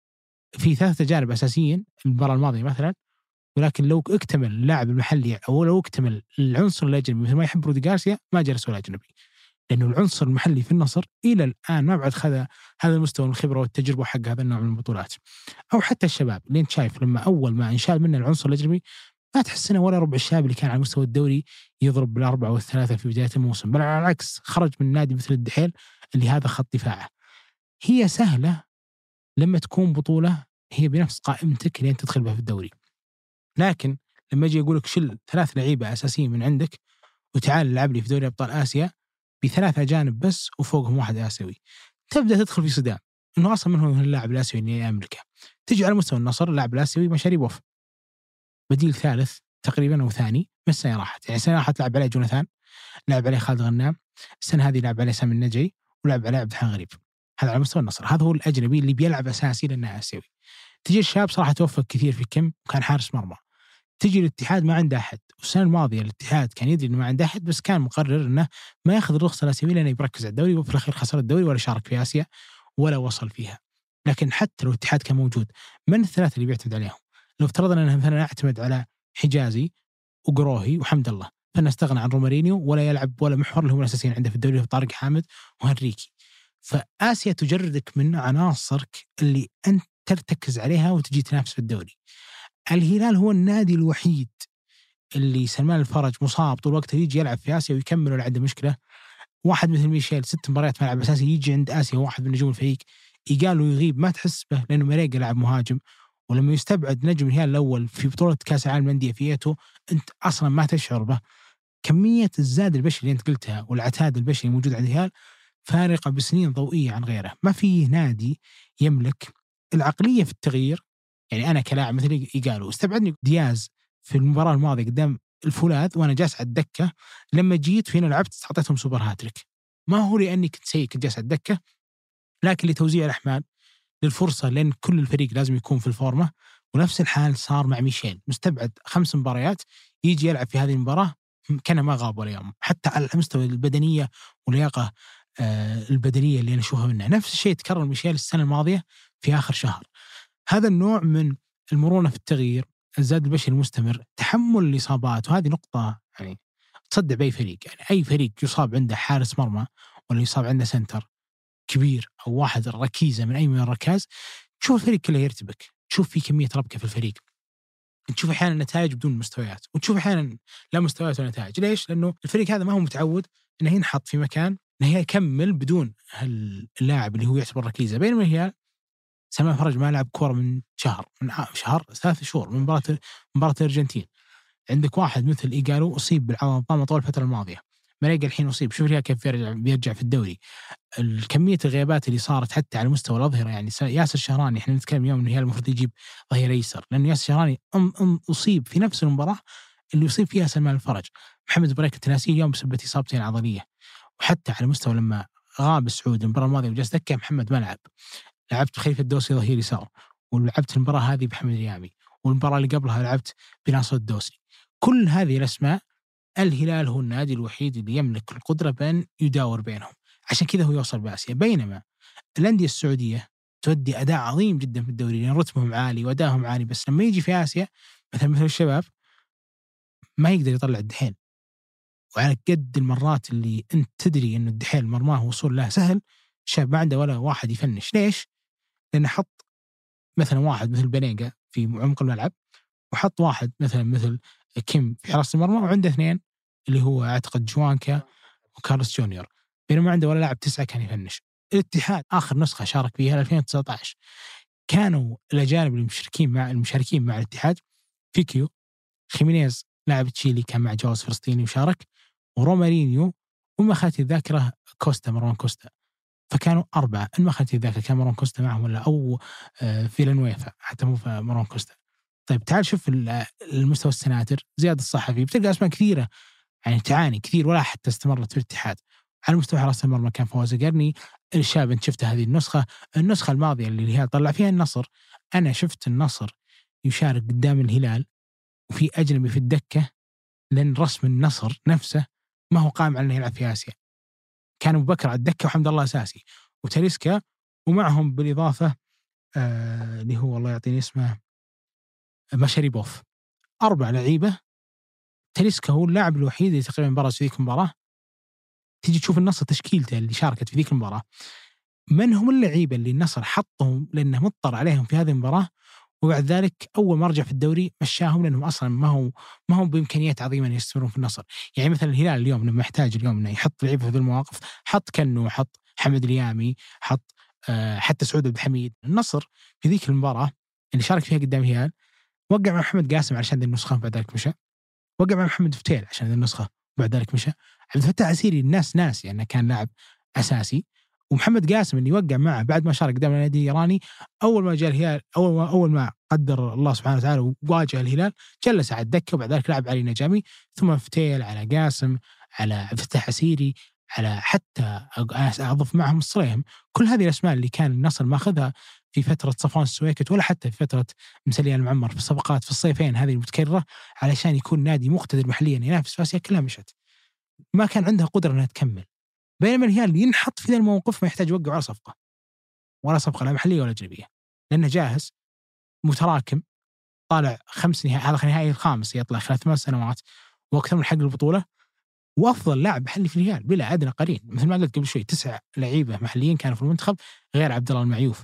في 3 أجانب أساسيين المباراة الماضية مثلا، ولكن لو اكتمل اللاعب المحلي أو لو اكتمل العنصر الأجنبي مثل ما يحب رودي غارسيا ما جلس ولا أجنبي، لأنه العنصر المحلي في النصر إلى الآن ما بعد خذ هذا المستوى من الخبرة والتجربة حق هذا النوع من البطولات. أو حتى الشباب اللي أنت شايف لما أول ما انشال منه العنصر الأجنبي ما تحسنا ولا ربع الشاب اللي كان على مستوى الدوري يضرب بال4 وال3 في بداية الموسم، بل على العكس خرج من نادي مثل الدحيل اللي هذا خط دفاعه. هي سهلة لما تكون بطولة هي بنفس قائمتك اللي أنت تدخل بها في الدوري، لكن لما أجي أقولك شل 3 لعيبة أساسيين من عندك وتعال لعب لي في دوري أبطال آسيا ب3 أجانب بس وفوقهم 1 آسيوي، تبدأ تدخل في صدام إنه أصلا منهم اللاعب الآسيوي اللي يملكه. تجي على مستوى النصر اللاعب الآسيوي مشاري بوف بديل ثالث تقريبا أو ثاني، بس السنة راحت، يعني السنة راحت لعب عليه جوناثان، لعب عليه خالد غنام، السنة هذه لعب عليه سامي النجعي ولعب عليه عبد الحان غريب. هذا على مستوى النصر، هذا هو الأجنبي اللي بيلعب أساسي لأنه آسيوي. تجي الشاب صراحة توفق كثير في كم وكان حارس مرمى. تجي الاتحاد ما عنده أحد، والسنة الماضية الاتحاد كان يدري إنه ما عنده أحد بس كان مقرر إنه ما يأخذ الرخصة الآسيوية لأنه يركز على الدوري، وفي الأخير خسر الدوري ولا شارك في آسيا ولا وصل فيها. لكن حتى لو الاتحاد كان موجود من الثلاثة اللي بيعتمد عليهم؟ لو افترضنا أنه مثلا أعتمد على حجازي وقروهي وحمد الله فأنا استغنى عن رومارينيو ولا يلعب ولا محور اللي هم الأساسيين عنده في الدوري طارق حامد وهنريكي. فآسيا تجردك من عناصرك اللي أنت ترتكز عليها وتجي تنافس في الدوري. الهلال هو النادي الوحيد اللي سلمان الفرج مصاب طول الوقت يجي يلعب في آسيا ويكمل ولا عنده مشكلة. واحد مثل ميشيل 6 مباريات ملعب أساسي يجي عند آسيا واحد من نجوم الفريق يقال ويغيب ما تحس به لأنه مريقة لاعب مهاجم. ولما يستبعد نجم الهلال الأول في بطولة كأس العالم للأندية فييتو أنت أصلا ما تشعر به. كمية الزاد البشري اللي أنت قلتها والعتاد البشري موجود عند الهلال فارقة بسنين ضوئية عن غيره. ما في نادي يملك العقلية في التغيير. يعني أنا كلاعب مثل يقالوا استبعدني دياز في المباراة الماضية قدام الفولاذ وأنا جالس على الدكة، لما جيت فينا لعبت حطيتهم سوبر هاتريك. ما هو لأني كنت سيء كنت جالس على الدكة، لكن لتوزيع الأحمال للفرصة لأن كل الفريق لازم يكون في الفورمة. ونفس الحال صار مع ميشيل مستبعد 5 مباريات يجي يلعب في هذه المباراة كان ما غاب ولا يوم. حتى على مستوى البدنية واللياقة البدنية اللي أنا أشوفها منه. نفس الشيء تكرر ميشيل السنة الماضية في آخر شهر. هذا النوع من المرونة في التغيير، الزاد البشري المستمر، تحمل الإصابات، وهذه نقطة يعني تصدع بأي فريق. يعني أي فريق يصاب عنده حارس مرمى ولا يصاب عنده سنتر كبير أو واحد ركيزة من أي من الركاز تشوف الفريق كله يرتبك، تشوف في كمية ربكة في الفريق، تشوف أحيانا نتائج بدون مستويات وتشوف أحيانا لا مستويات ولا نتائج. ليش؟ لأنه الفريق هذا ما هو متعود أنه ينحط في مكان أنه يكمل بدون اللاعب اللي هو يعتبر ركيزة. بينما هي سلمان فرج ما لعب كورة من شهر 3 شهور من مباراة الأرجنتين. عندك واحد مثل إيجالو أصيب بالعظام طول الفترة الماضية، مريقة الحين أصيب، شوف ليها كيف بيرجع في الدوري. الكمية الغيابات اللي صارت حتى على مستوى الأظهرة، يعني ياسر شهراني إحنا نتكلم اليوم إنه هي المفروض يجيب ظهير أيسر لأنه ياسر شهراني أصيب في نفس المباراة اللي يصيب فيها سلمان الفرج. محمد بريك التناسي اليوم بسبب إصابتين عضلية. وحتى على مستوى لما غاب السعودي المباراة الماضية وجلس دكة محمد ما لعب، لعبت بخليفة الدوسري ظهير يسار، ولعبت المباراة هذه بحمد اليامي، والمباراة اللي قبلها لعبت بناصر الدوسري. كل هذه الأسماء الهلال هو النادي الوحيد اللي يملك القدرة بأن يداور بينهم، عشان كذا هو يوصل بآسيا. بينما الأندية السعودية تؤدي أداء عظيم جدا في الدوري لأن رتمهم عالي وأدائهم عالي، بس لما يجي في آسيا مثل الشباب ما يقدر يطلع الدحيل. وعلى قد المرات اللي أنت تدري أنه الدحيل مرماه وصول له سهل، الشاب ما عنده ولا واحد يفنش. ليش؟ لأنه حط مثلا واحد مثل بنيقة في عمق الملعب، وحط واحد مثل كيم في حراسة المرمى، وعنده اثنين اللي هو أعتقد جوانكا وكارلوس جونيور، بينما عنده ولا لاعب 9 كان يفنش. الاتحاد آخر نسخة شارك فيها 2019 كانوا الأجانب المشاركين مع الاتحاد فيكيو، خيمينيز لاعب تشيلي كان مع جواز فلسطيني وشارك، ورومارينيو، وما خلت الذاكرة مروان كوستا. فكانوا 4. إن ما خلت الذاكرة كان مروان كوستا معهم ولا أو فيلانويفا، حتى مو مروان كوستا. طيب تعال شوف المستوى السناتر، زياد الصحفي، بتلقى أسماء كثيرة يعني تعاني كثير ولا حتى استمرت في الاتحاد. على مستوى حراسة المرمى كان فواز قرني، الشاب انت شفت هذه النسخة الماضية اللي الهلال طلع فيها النصر، أنا شفت النصر يشارك قدام الهلال وفي أجنبي في الدكة، لأن رسم النصر نفسه ما هو قائم على أنه يلعب في آسيا. كان أبو بكر على الدكة وحمد الله أساسي وتاليسكا، ومعهم بالإضافة اللي هو الله يعطيني اسمه مشاريبوف، 4 لعيبة. تاليسكا هو اللاعب الوحيد اللي تقريبا برز في ذيك المباراة. تيجي تشوف النصر تشكيلته اللي شاركت في ذيك المباراة، من هم اللعيبة اللي النصر حطهم لأنه مضطر عليهم في هذه المباراة، وبعد ذلك أول ما رجع في الدوري مشاهم لأنهم أصلا ما هو بإمكانيات عظيمة أن يستمرون في النصر. يعني مثلا الهلال اليوم لما يحتاج اليوم أنه يحط لعيبة في هذه المواقف، حط كنو، حط حمد اليامي، حط حتى سعود عبد الحميد. النصر في ذيك المباراة اللي شارك فيها قدام الهلال وقع مع محمد قاسم علشان ذي النسخة، بعد ذلك مشى. وقع مع محمد فتيل عشان ذي النسخة، بعد ذلك مشى. عبد الفتاح عسيري الناس ناسي أنه كان لاعب أساسي. ومحمد قاسم اللي وقع معه بعد ما شارك قدام النادي الإيراني، أول ما جاء الهلال أول ما قدر الله سبحانه وتعالى وواجه الهلال جلس على الدكة، وبعد ذلك لعب علي نجامي، ثم فتيل على قاسم على عبد الفتاح عسيري على حتى أضف معهم الصليهم. كل هذه الأسماء اللي كان النصر ماخذها في فترة صفوان السويكت ولا حتى في فترة مسليان المعمر في الصفقات في الصيفين هذه المتكررة علشان يكون نادي مقتدر محليا ينافس في آسيا، كلها مشت، ما كان عندها قدرة أنها تكمل. بينما الهلال ينحط في ذا الموقف ما يحتاج يوقع ولا صفقة لا محلية ولا أجنبية، لأنه جاهز متراكم، طالع 5 نهائي، هذا نهائي الخامس يطلع خلال 8 سنوات وأكثر من حق البطولة، وأفضل لاعب محلي في الهلال بلا أدنى قرين. مثل ما قلت قبل شوي 9 لعيبة محليين كانوا في المنتخب غير عبد الله المعيوف.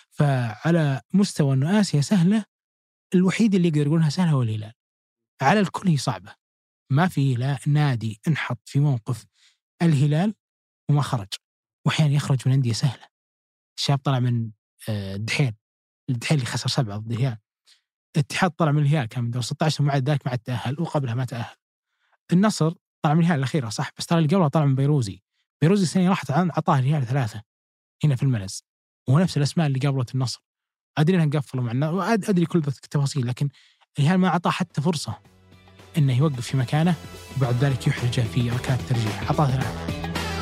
فعلى مستوى أنه آسيا سهلة، الوحيد اللي يقدر يقولها سهلة هو الهلال. على الكل هي صعبة، ما في لا نادي انحط في موقف الهلال وما خرج، وأحيانا يخرج من أندية سهلة. الشاب طلع من الدحيل اللي خسر 7 ضد الهلال. الاتحاد طلع من الهلال كان من دور 16 ومع ذلك ما عاد تأهل، وقبلها ما تأهل. النصر طلع من الهلال الأخيرة صح، بس ترى اللي قبلها طلع من بيروزي السنة راحت عطاه الهلال 3 هنا في الملز، وهو نفس الأسماء اللي قابلت النصر. أدري أنها قفلوا معنا وأدري كل التفاصيل، لكن الهلال ما عطاه حتى فرصة إنه يوقف في مكانه وبعد ذلك يحرجه في ركلات الترجيح، عطاه 3.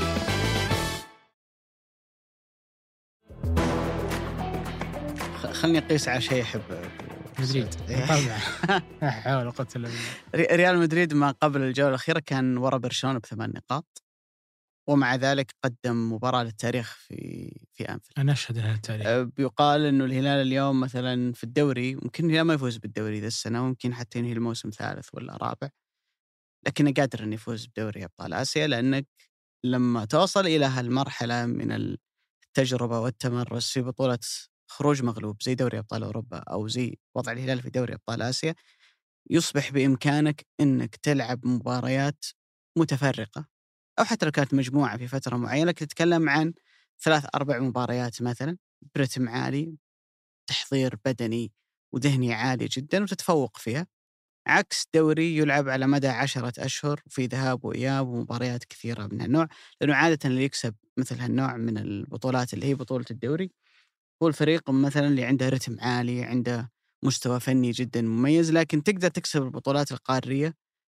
خلني أقيس على شيء أحب مدريد طبعا. حاول قتل ريال مدريد ما قبل الجولة الأخيرة كان وراء برشلونة ب8 نقاط، ومع ذلك قدم مباراة للتاريخ في أنفيلد. أنا أشهد لها التاريخ. بيقال إنه الهلال اليوم مثلا في الدوري ممكن الهلال ما يفوز بالدوري ذا السنة، وممكن حتى ينهي الموسم 3 ولا 4، لكنه قادر إنه يفوز بدوري أبطال آسيا، لأنك لما توصل إلى هالمرحلة من التجربة والتمرس في بطولة خروج مغلوب زي دوري أبطال أوروبا أو زي وضع الهلال في دوري أبطال آسيا، يصبح بإمكانك إنك تلعب مباريات متفرقة، أو حتى لو كانت مجموعة في فترة معينة تتكلم عن 3-4 مباريات مثلا برتم عالي، تحضير بدني وذهني عالي جدا، وتتفوق فيها، عكس دوري يلعب على مدى 10 أشهر وفي ذهاب وإياب ومباريات كثيرة من هالنوع. لأنه عادة اللي يكسب مثل هالنوع من البطولات اللي هي بطولة الدوري هو الفريق مثلا اللي عنده رتم عالي، عنده مستوى فني جدا مميز، لكن تقدر تكسب البطولات القارية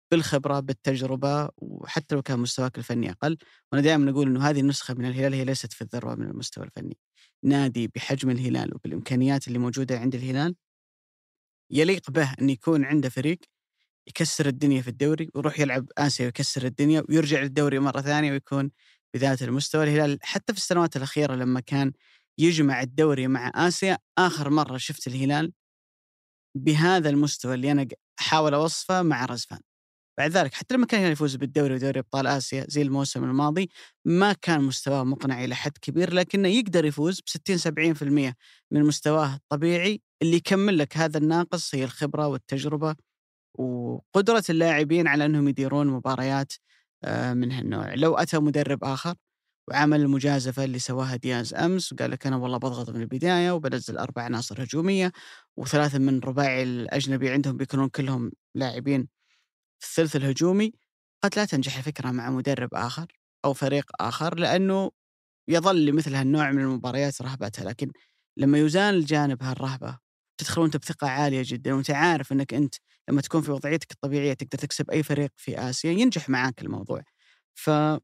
بالخبرة بالتجربة، وحتى لو كان مستواك الفني أقل. وأنا دائما أقول أنه هذه النسخة من الهلال هي ليست في الذروة من المستوى الفني. نادي بحجم الهلال وبالإمكانيات اللي موجودة عند الهلال يليق به أن يكون عنده فريق يكسر الدنيا في الدوري ويروح يلعب آسيا ويكسر الدنيا ويرجع للدوري مرة ثانية ويكون بذات المستوى. الهلال حتى في السنوات الأخيرة لما كان يجمع الدوري مع آسيا، آخر مرة شفت الهلال بهذا المستوى اللي أنا أحاول أوصفه مع رزفان. بعد ذلك حتى لما كان يفوز بالدوري ودوري أبطال آسيا زي الموسم الماضي ما كان مستواه مقنع إلى حد كبير، لكنه يقدر يفوز ب60-70% من مستواه الطبيعي. اللي يكمل لك هذا الناقص هي الخبرة والتجربة وقدرة اللاعبين على أنهم يديرون مباريات من هالنوع. لو أتى مدرب آخر وعمل المجازفة اللي سواها دياز أمس وقال لك أنا والله بضغط من البداية وبنزل 4 عناصر هجومية و3 من رباعي الأجنبي عندهم بيكونون كلهم لاعبين في الثلث الهجومي، قد لا تنجح الفكرة مع مدرب آخر أو فريق آخر، لأنه يظل لمثل هالنوع من المباريات رهبتها. لكن لما يزال الجانب هالرهبة تدخل وانت بثقة عالية جدا وانت عارف انك انت لما تكون في وضعيتك الطبيعية تقدر تكسب اي فريق في آسيا، ينجح معاك الموضوع. فلو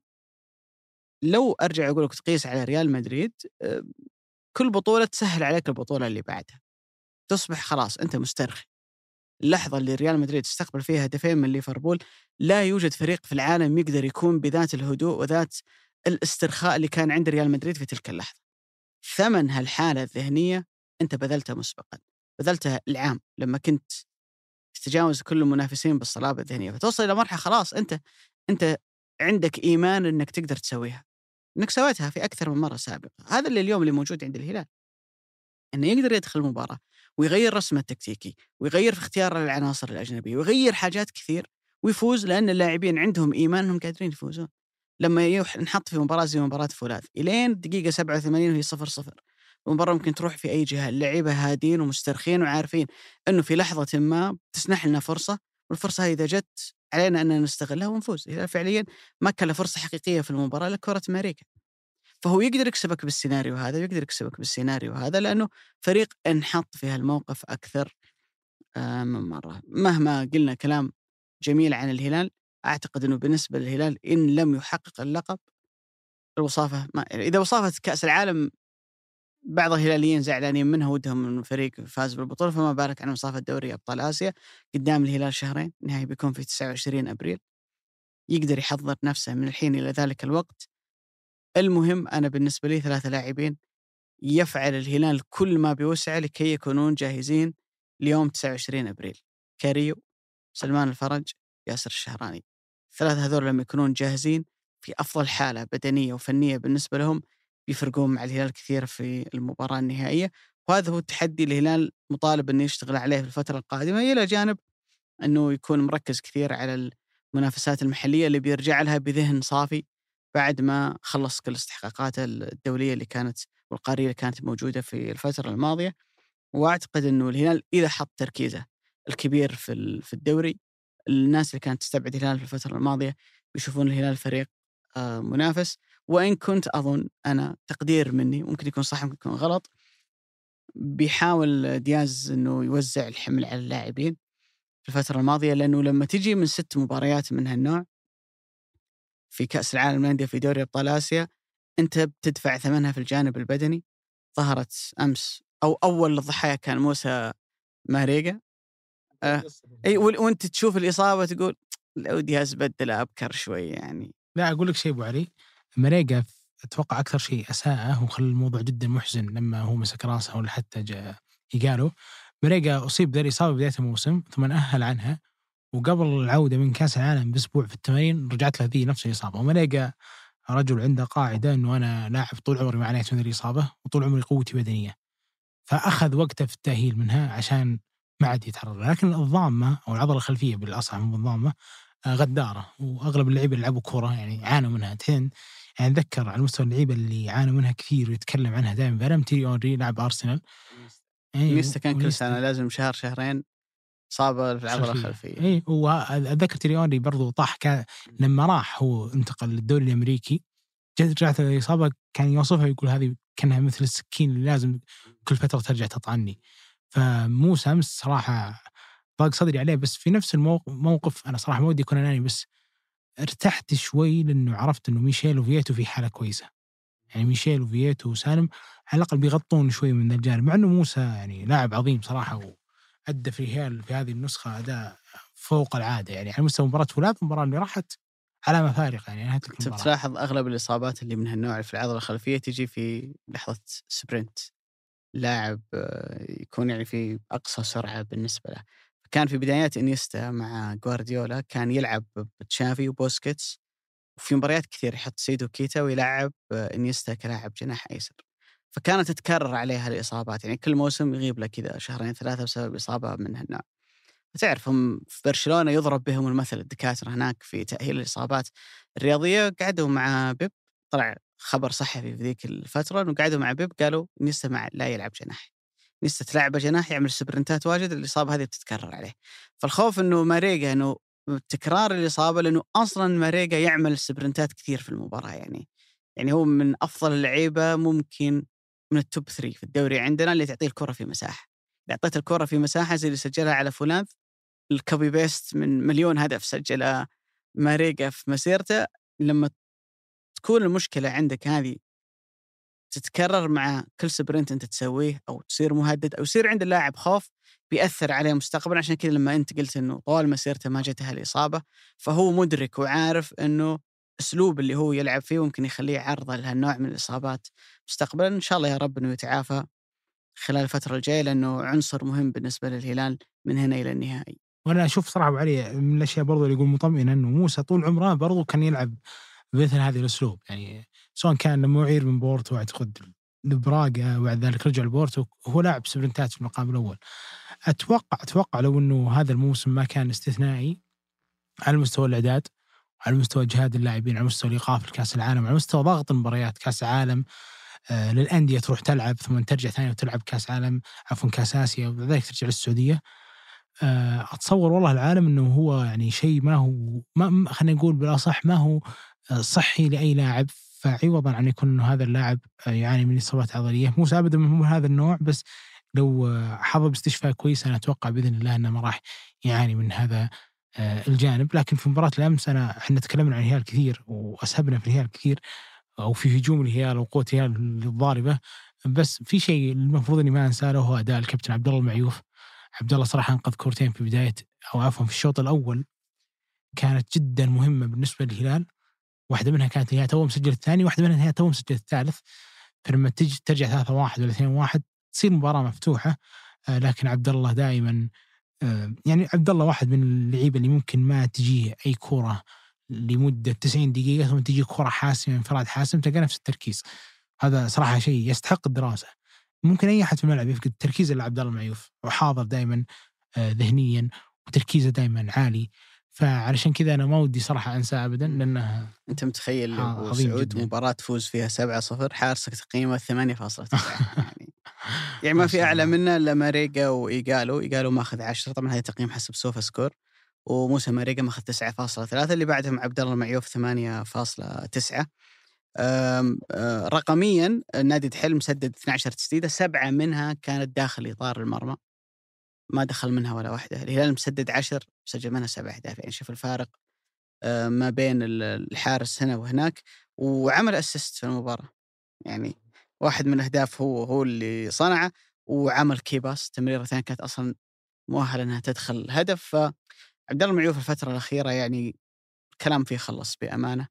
ارجع اقولك تقيس على ريال مدريد، كل بطولة تسهل عليك البطولة اللي بعدها، تصبح خلاص انت مسترخي. اللحظة اللي ريال مدريد استقبل فيها هدفين من ليفربول لا يوجد فريق في العالم يقدر يكون بذات الهدوء وذات الاسترخاء اللي كان عند ريال مدريد في تلك اللحظة. ثمن هالحالة الذهنية انت بذلتها مسبقا، بذلتها العام لما كنت تتجاوز كل المنافسين بالصلابة الذهنية، فتوصل إلى مرحلة خلاص أنت عندك إيمان أنك تقدر تسويها، أنك سويتها في أكثر من مرة سابقة. هذا اللي اليوم اللي موجود عند الهلال، أنه يقدر يدخل المباراة ويغير رسمه التكتيكي ويغير في اختيار العناصر الأجنبية ويغير حاجات كثير ويفوز، لأن اللاعبين عندهم إيمان أنهم قادرين يفوزون. لما نحط في مباراة زي مباراة فولاذ إلين دقيقة 87 وهي 0-0، المباراة ممكن تروح في أي جهة، اللعيبة هادين ومسترخين وعارفين أنه في لحظة ما تسنح لنا فرصة، والفرصة إذا جت علينا أننا نستغلها ونفوز. إذا فعليا ما كان له فرصة حقيقية في المباراة لكرة ماريكا، فهو يقدر يكسبك بالسيناريو هذا ويقدر يكسبك بالسيناريو هذا، لأنه فريق انحط في هالموقف أكثر من مرة. مهما قلنا كلام جميل عن الهلال، أعتقد أنه بالنسبة للهلال إن لم يحقق اللقب الوصافة إذا وصافة كأس العالم بعض الهلاليين زعلانين منها ودهم من فريق فاز بالبطولة، فما بالك عن مصافة دوري أبطال آسيا قدام الهلال شهرين، النهائي بيكون في 29 أبريل. يقدر يحضر نفسه من الحين إلى ذلك الوقت. المهم أنا بالنسبة لي 3 لاعبين يفعل الهلال كل ما بيوسع لكي يكونون جاهزين ليوم 29 أبريل: كاريو، سلمان الفرج، ياسر الشهراني. 3 هذول لما يكونون جاهزين في أفضل حالة بدنية وفنية بالنسبة لهم بيفرقون مع الهلال كثير في المباراة النهائية. وهذا هو التحدي الهلال مطالب أنه يشتغل عليه في الفترة القادمة، إلى جانب أنه يكون مركز كثير على المنافسات المحلية اللي بيرجع لها بذهن صافي بعد ما خلص كل استحقاقاته الدولية اللي كانت والقارية اللي كانت موجودة في الفترة الماضية. وأعتقد أنه الهلال إذا حط تركيزه الكبير في الدوري، الناس اللي كانت تستبعد الهلال في الفترة الماضية بيشوفون الهلال فريق منافس. وإن كنت أظن أنا تقدير مني، ممكن يكون صح ممكن يكون غلط، بيحاول دياز أنه يوزع الحمل على اللاعبين في الفترة الماضية، لأنه لما تجي من 6 مباريات من هالنوع في كأس العالم للأندية في دوري أبطال آسيا أنت بتدفع ثمنها في الجانب البدني. ظهرت أمس أو أول الضحايا كان موسى ماريجا، أي وأنت تشوف الإصابة تقول لو دياز بدله أبكر شوي يعني. لا أقول لك شيء أبو علي، ماريجا أتوقع أكثر شيء أساءه وخلى الموضوع جدا محزن لما هو مسك راسه ولا حتى جاء يقالوا. ماريجا أصيب ذي الإصابة بداية الموسم ثم أهل عنها، وقبل العودة من كأس العالم بأسبوع في التمارين رجعت له ذي نفس الإصابة. وماريجا رجل عنده قاعدة أنه أنا لاعب طول عمري ما عانيت من الإصابة وطول عمري قوتي بدنية، فأخذ وقته في التأهيل منها عشان ما عاد يتعرض. لكن الضامة أو العضلة الخلفية بالأصح من الضامة غدارة، وأغلب اللعيبة اللي لعبوا كورة يعني عانوا منها. يعني أتذكر على مستوى اللعيبة اللي عانوا منها كثير ويتكلم عنها دائما فيرم تيري أونري لاعب أرسنال، ميستا كان كل سنة لازم شهر شهرين صابة في العضلة الخلفية. إيه، وأتذكر تيري أونري برضو طاح لما راح هو انتقل للدوري الأمريكي، رجعت الإصابة كان يوصفها يقول هذه كانها مثل السكين اللي لازم كل فترة ترجع تطعني. فموسى أمس صراحة ضاق صدري عليه، بس في نفس الموقف أنا صراحة ما ودي أكون أناني، بس ارتحت شوي لأنه عرفت إنه ميشيل وفييتو في حالة كويسة. يعني ميشيل وفييتو وسالم على الأقل بيغطون شوي من الجانب، مع إنه موسى يعني لاعب عظيم صراحة، وأدى في الهلال في هذه النسخة أداء فوق العادة. يعني على مستوى مباراة فولاذ، المباراة اللي راحت علامة فارقة يعني نهاية أنت المباراة. بتلاحظ أغلب الإصابات اللي من هالنوع في العضلة الخلفية تجي في لحظة سبرنت، لاعب يكون يعني في أقصى سرعة بالنسبة له. كان في بدايات إنيستا مع غوارديولا كان يلعب بتشافي وبوسكيتس، وفي مباريات كثير يحط سيدو كيتا ويلعب إنيستا كلاعب جناح أيسر، فكانت تتكرر عليها الإصابات. يعني كل موسم يغيب له كذا شهرين ثلاثة بسبب إصابة من هالنوع. تعرف هم في برشلونة يضرب بهم المثل، الدكاترة هناك في تأهيل الإصابات الرياضية قعدوا مع بيب، طلع خبر صحفي في ذيك الفترة إنه قعدوا مع بيب قالوا نيستا لا يلعب جناح، نيستا تلعبه جناح يعمل سبرنتات واجد، الإصابة هذه بتتكرر عليه. فالخوف إنه ماريجا إنه تكرار الإصابة، لأنه أصلاً ماريجا يعمل سبرنتات كثير في المباراة. يعني هو من أفضل اللعيبة ممكن من التوب 3 في الدوري عندنا، اللي تعطيه الكرة في مساحة. إذا أعطيت الكرة في مساحة زي اللي سجلها على فولاذ، الكوبي بيست من مليون هدف سجلها ماريجا في مسيرته. لما تكون المشكلة عندك هذه تتكرر مع كل سبرنت أنت تسويه، أو تصير مهدد، أو يصير عند اللاعب خوف، بيأثر عليه مستقبلا. عشان كذا لما أنت قلت إنه طوال مسيرته ما جتها الإصابة، فهو مدرك وعارف إنه أسلوب اللي هو يلعب فيه ممكن يخليه عرضة لهالنوع من الإصابات مستقبلا. إن شاء الله يا رب إنه يتعافى خلال الفترة الجاية، لأنه عنصر مهم بالنسبة للهلال من هنا إلى النهائي. وأنا أشوف صراحة أبو علي من الأشياء برضو اللي يقول مطمئنة إنه موسى طول عمره برضو كان يلعب بمثل هذه الأسلوب. يعني سواء كان لما يعير من بورتو أعتقد لبراغا وبعد ذلك رجع لبورتو، هو لاعب سبرنتات في المقام الأول. أتوقع لو إنه هذا الموسم ما كان استثنائي على مستوى الإعداد، على مستوى جهاد اللاعبين، على مستوى الإيقاف لكأس العالم، على مستوى ضغط المباريات كأس العالم، للأندية تروح تلعب ثم ترجع ثاني وتلعب كأس عالم، عفوا كأس آسيا، وبعد ذلك ترجع للسعودية. أتصور والله العالم إنه هو يعني شيء ما هو ما خلينا نقول بالأصح ما هو صحي لأي لاعب. فعوضا عن يكون إنه هذا اللاعب يعاني من إصابات عضلية، موسى أبدا من هذا النوع، بس لو حظى باستشفاء كويس أنا أتوقع بإذن الله أنه ما راح يعاني من هذا الجانب. لكن في مباراة الأمس احنا تكلمنا عن الهلال كثير وأسهبنا في الهلال كثير، أو في هجوم الهلال وقوة الهلال الضاربة، بس في شيء المفروض إني ما أنساه، هو أداء الكابتن عبد الله المعيوف. عبد الله صراحة أنقذ كورتين في بداية، أو عفوا في الشوط الأول، كانت جدا مهمة بالنسبة للهلال. واحدة منها كانت هي تو مسجل الثاني، واحدة منها هي تو مسجل الثالث. فلما ترجع 3-1 ولا 2-1 تصير مباراة مفتوحة. لكن عبد الله دائما يعني عبد الله واحد من اللعيبة اللي ممكن ما تجيه أي كرة لمدة 90 دقيقة ثم تجي كرة حاسمة، انفراد حاسم، تلقى نفس التركيز. هذا صراحة شيء يستحق الدراسة. ممكن أي أحد في الملعب يفقد التركيز إلا عبد الله المعيوف، وحاضر دائما ذهنيا، وتركيزه دائما عالي. فعلشان كذا أنا ما ودي صراحة أنسى أبدا، لأنه أنت متخيل لو سعود مباراة تفوز فيها 7-0 حارسك تقييمه 8.9 يعني ما في أعلى منه إلا ماريجا وإيجالو ماخذ 10. طبعا هذا تقييم حسب سوفا سكور، وموسى ماريجا ماخذ 9.3. اللي بعدهم عبد الله المعيوف 8.9. رقميا نادي الحلم سدد 12 تسديدة، 7 منها كانت داخل إطار المرمى، ما دخل منها ولا واحدة. الهلال مسدد 10 سجل منها 7 أهداف. يعني شوف الفارق ما بين الحارس هنا وهناك. وعمل أسيست في المباراة، يعني واحد من الأهداف هو اللي صنعه، وعمل كيباس تمريرة ثانية كانت أصلا مؤهلة أنها تدخل هدف. فعبد الله المعيوف الفترة الأخيرة يعني كلام فيه خلص بأمانة.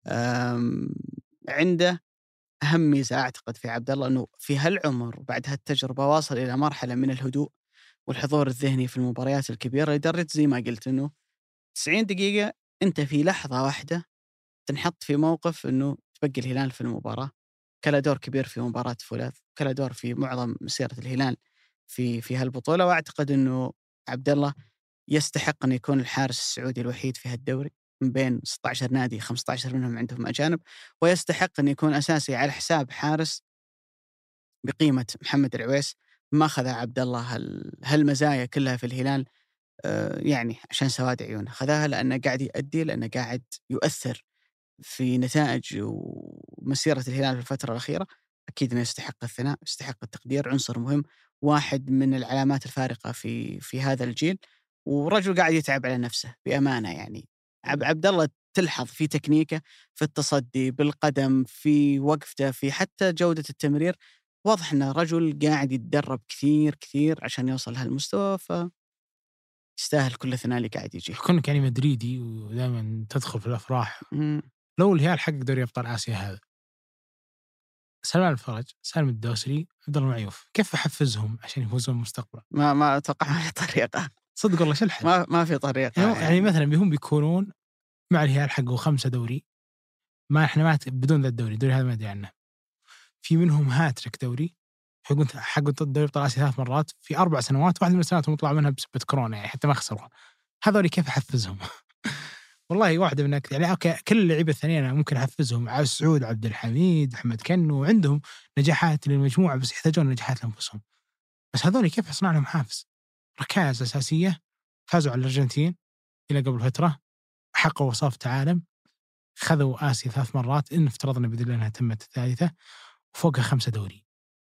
عنده أهم ميزة أعتقد في عبد الله، أنه في هالعمر وبعد هالتجربة واصل إلى مرحلة من الهدوء والحضور الذهني في المباريات الكبيرة، لدرجة زي ما قلت أنه 90 دقيقة أنت في لحظة واحدة تنحط في موقف أنه تبقي الهلال في المباراة. كلا دور كبير في مباراة فولاذ، كلا دور في معظم مسيرة الهلال في هالبطولة. وأعتقد أنه عبد الله يستحق أن يكون الحارس السعودي الوحيد في هالدوري من بين 16 نادي، 15 منهم عندهم أجانب، ويستحق أن يكون أساسي على حساب حارس بقيمة محمد العويس. ما أخذ عبد الله هالمزايا كلها في الهلال يعني عشان سواد عيونه، خذاها لأنه قاعد يؤدي، لأنه قاعد يؤثر في نتائج ومسيرة الهلال في الفترة الأخيرة. أكيد أنه يستحق الثناء، يستحق التقدير، عنصر مهم، واحد من العلامات الفارقة في هذا الجيل. ورجل قاعد يتعب على نفسه بأمانة. يعني عبد الله تلحظ في تكنيكه، في التصدي بالقدم، في وقفته، في حتى جودة التمرير. واضح أنه رجل قاعد يتدرب كثير كثير عشان يوصل هالمستوى، يستاهل كل ثناء اللي قاعد يجي. كونك يعني مدريدي ودائما تدخل في الأفراح، لو الهلال حقق دوري أبطال آسيا هذا، سلمان الفرج، سالم الدوسري، عبد الله المعيوف، كيف أحفزهم عشان يفوزون بالمستقبل؟ ما أتوقع ما في طريقة. صدق والله، شو الحل؟ ما في طريقة. يعني مثلا هم بيكونون مع الهلال حقوا 5 دوري، ما إحنا ما بدون ذا الدوري هذا ما أدري عنه. في منهم هاتريك دوري، حقوا دوري أبطال آسيا 3 مرات في 4 سنوات، واحدة من السنوات هم طلعوا منها بسبب كورونا، يعني حتى ما خسروا. هذول كيف أحفزهم؟ والله واحدة من يعني أوكي، كل اللعيبة الثانيين أنا ممكن أحفزهم، عبد السعود، عبد الحميد، أحمد كنو، عندهم نجاحات للمجموعة بس يحتاجون نجاحات لأنفسهم. بس هذول كيف يصنع لهم حافز؟ ركائز أساسية، فازوا على الأرجنتين إلى قبل فترة، حققوا وصافة عالم، خذوا آسيا 3 مرات، إن افترضنا بإذن الله أنها تمت الثالثة، وفوقها 5 دوري.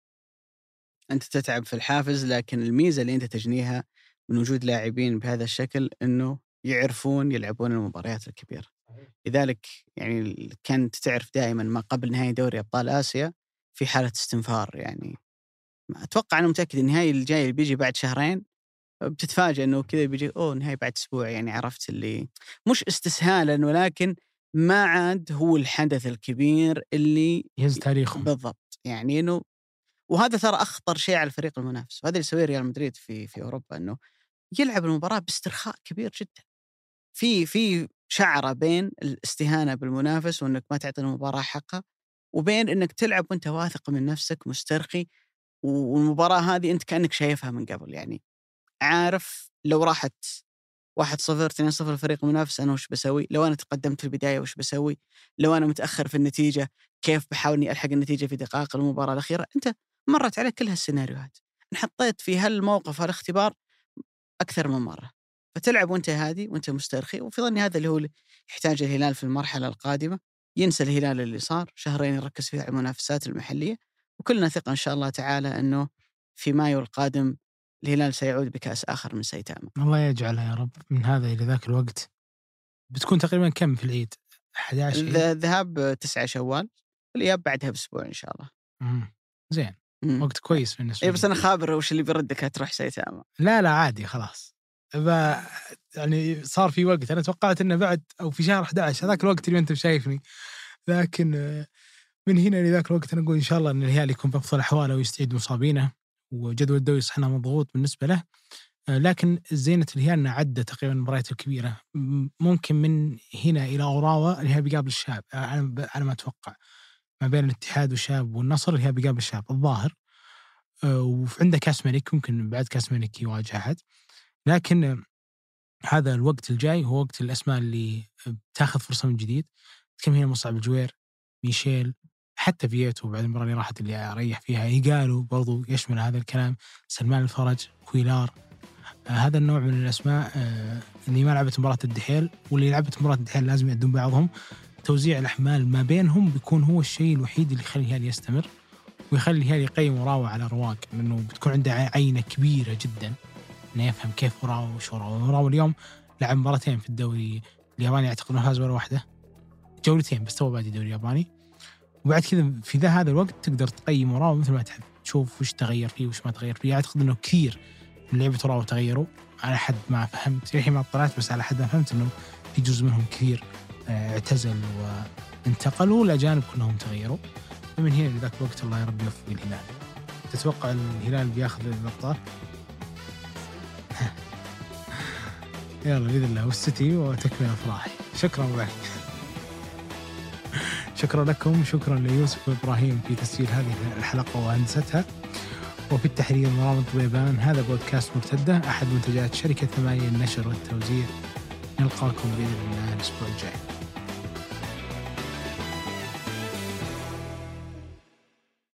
أنت تتعب في الحافز، لكن الميزة اللي أنت تجنيها من وجود لاعبين بهذا الشكل إنه يعرفون يلعبون المباريات الكبيرة. لذلك يعني كانت تعرف دائما ما قبل نهاية دوري أبطال آسيا في حالة استنفار. يعني أتوقع أنا متأكد النهائي الجاي اللي بيجي بعد شهرين بتتفاجأ إنه كذا بيجي نهائي بعد أسبوع. يعني عرفت اللي مش استسهالا، ولكن ما عاد هو الحدث الكبير اللي يهز تاريخهم بالضبط. يعني إنه وهذا ترى أخطر شيء على الفريق المنافس، وهذا اللي يسويه ريال مدريد في أوروبا، إنه يلعب المباراة باسترخاء كبير جدا، في شعرة بين الاستهانة بالمنافس وإنك ما تعطي المباراة حقها، وبين إنك تلعب وإنت واثق من نفسك مسترخي، والمباراة هذه أنت كأنك شايفها من قبل. يعني عارف لو راحت 1-0 2-0 الفريق المنافس أنا وش بسوي، لو أنا تقدمت في البداية وش بسوي، لو أنا متأخر في النتيجة كيف بحاول إني ألحق النتيجة في دقائق المباراة الأخيرة. أنت مرت عليك كل هالسيناريوهات، انحطيت في هالموقف هالاختبار أكثر من مرة، فتلعب وأنت هادي وأنت مسترخي. وفي ظني هذا اللي هو يحتاج الهلال في المرحلة القادمة، ينسى الهلال اللي صار شهرين يركز فيها على المنافسات المحلية، وكلنا ثقة إن شاء الله تعالى أنه في مايو القادم الهلال سيعود بكأس آخر من سيتاما. الله يجعلها يا رب. من هذا إلى ذاك الوقت بتكون تقريبا كم في العيد؟ 11 الذهاب 9 شوال، والإياب بعدها بأسبوع إن شاء الله. زين. وقت كويس بالنسبة لي. بس أنا خابر وش اللي بردك هتروح سيتاما. لا عادي خلاص. يعني صار في وقت، أنا توقعت إنه بعد أو في شهر 11 هذاك الوقت اللي أنت شايفني، لكن من هنا لذاك الوقت أنا أقول إن شاء الله إن الهلال يكون بأفضل أحواله ويستعيد مصابينه، وجدول الدوري صحنا مضغوط بالنسبة له. لكن زينة الهلال أنه عدى تقريبا المباريات الكبيرة. ممكن من هنا إلى أوراوا الهلال بيقابل الشاب، أنا ما أتوقع ما بين الاتحاد والشاب والنصر الهلال بيقابل الشاب الظاهر، وعنده كاس ملك، ممكن بعد كاس ملك يواجه أحد. لكن هذا الوقت الجاي هو وقت الأسماء اللي بتاخذ فرصة من جديد. كم هنا مصعب الجوير، ميشيل، حتى فييتو بعد المباراة اللي راحت اللي ريح فيها يقالوا برضو يشمل هذا الكلام، سلمان الفرج، كويلار. هذا النوع من الأسماء اللي ما لعبت مباراة الدحيل، واللي لعبت مباراة الدحيل لازم يقدم بعضهم. توزيع الأحمال ما بينهم بيكون هو الشيء الوحيد اللي يخلي الهلال يستمر ويخلي الهلال يقيم وراوة على رواق، لأنه بتكون عنده عينة كبيرة جدا إنه يفهم كيف وراوة وش وراوة. اليوم لعب مباراتين في الدوري الياباني، أعتقد إنه فاز ولا واحدة، جولتين بس، تو بادي الدوري الياباني. وبعد كذا في هذا الوقت تقدر تقيم وراوة مثل ما تحب، تشوف وش تغير فيه وش ما تغير فيه. أعتقد إنه كثير من لعيبة وراوة تغيروا على حد ما فهمت، الحين ما اطلعت بس على حد ما فهمت إنه في جزء منهم كثير اعتزل وانتقلوا، والأجانب كلهم تغيروا. فمن هنا لذاك الوقت الله يربي يوفق الهلال. تتوقع الهلال بياخذ الأبطال؟ يلا بإذن الله، والسيتي وتكمل أفراحي. شكرا لك. شكرا لكم، شكرا ليوسف وإبراهيم في تسجيل هذه الحلقة وهندستها، وفي التحرير مرام طبيبان. هذا بودكاست مرتدة، أحد منتجات شركة 8 للنشر والتوزيع. نلقاكم بإذن الله الأسبوع الجاي.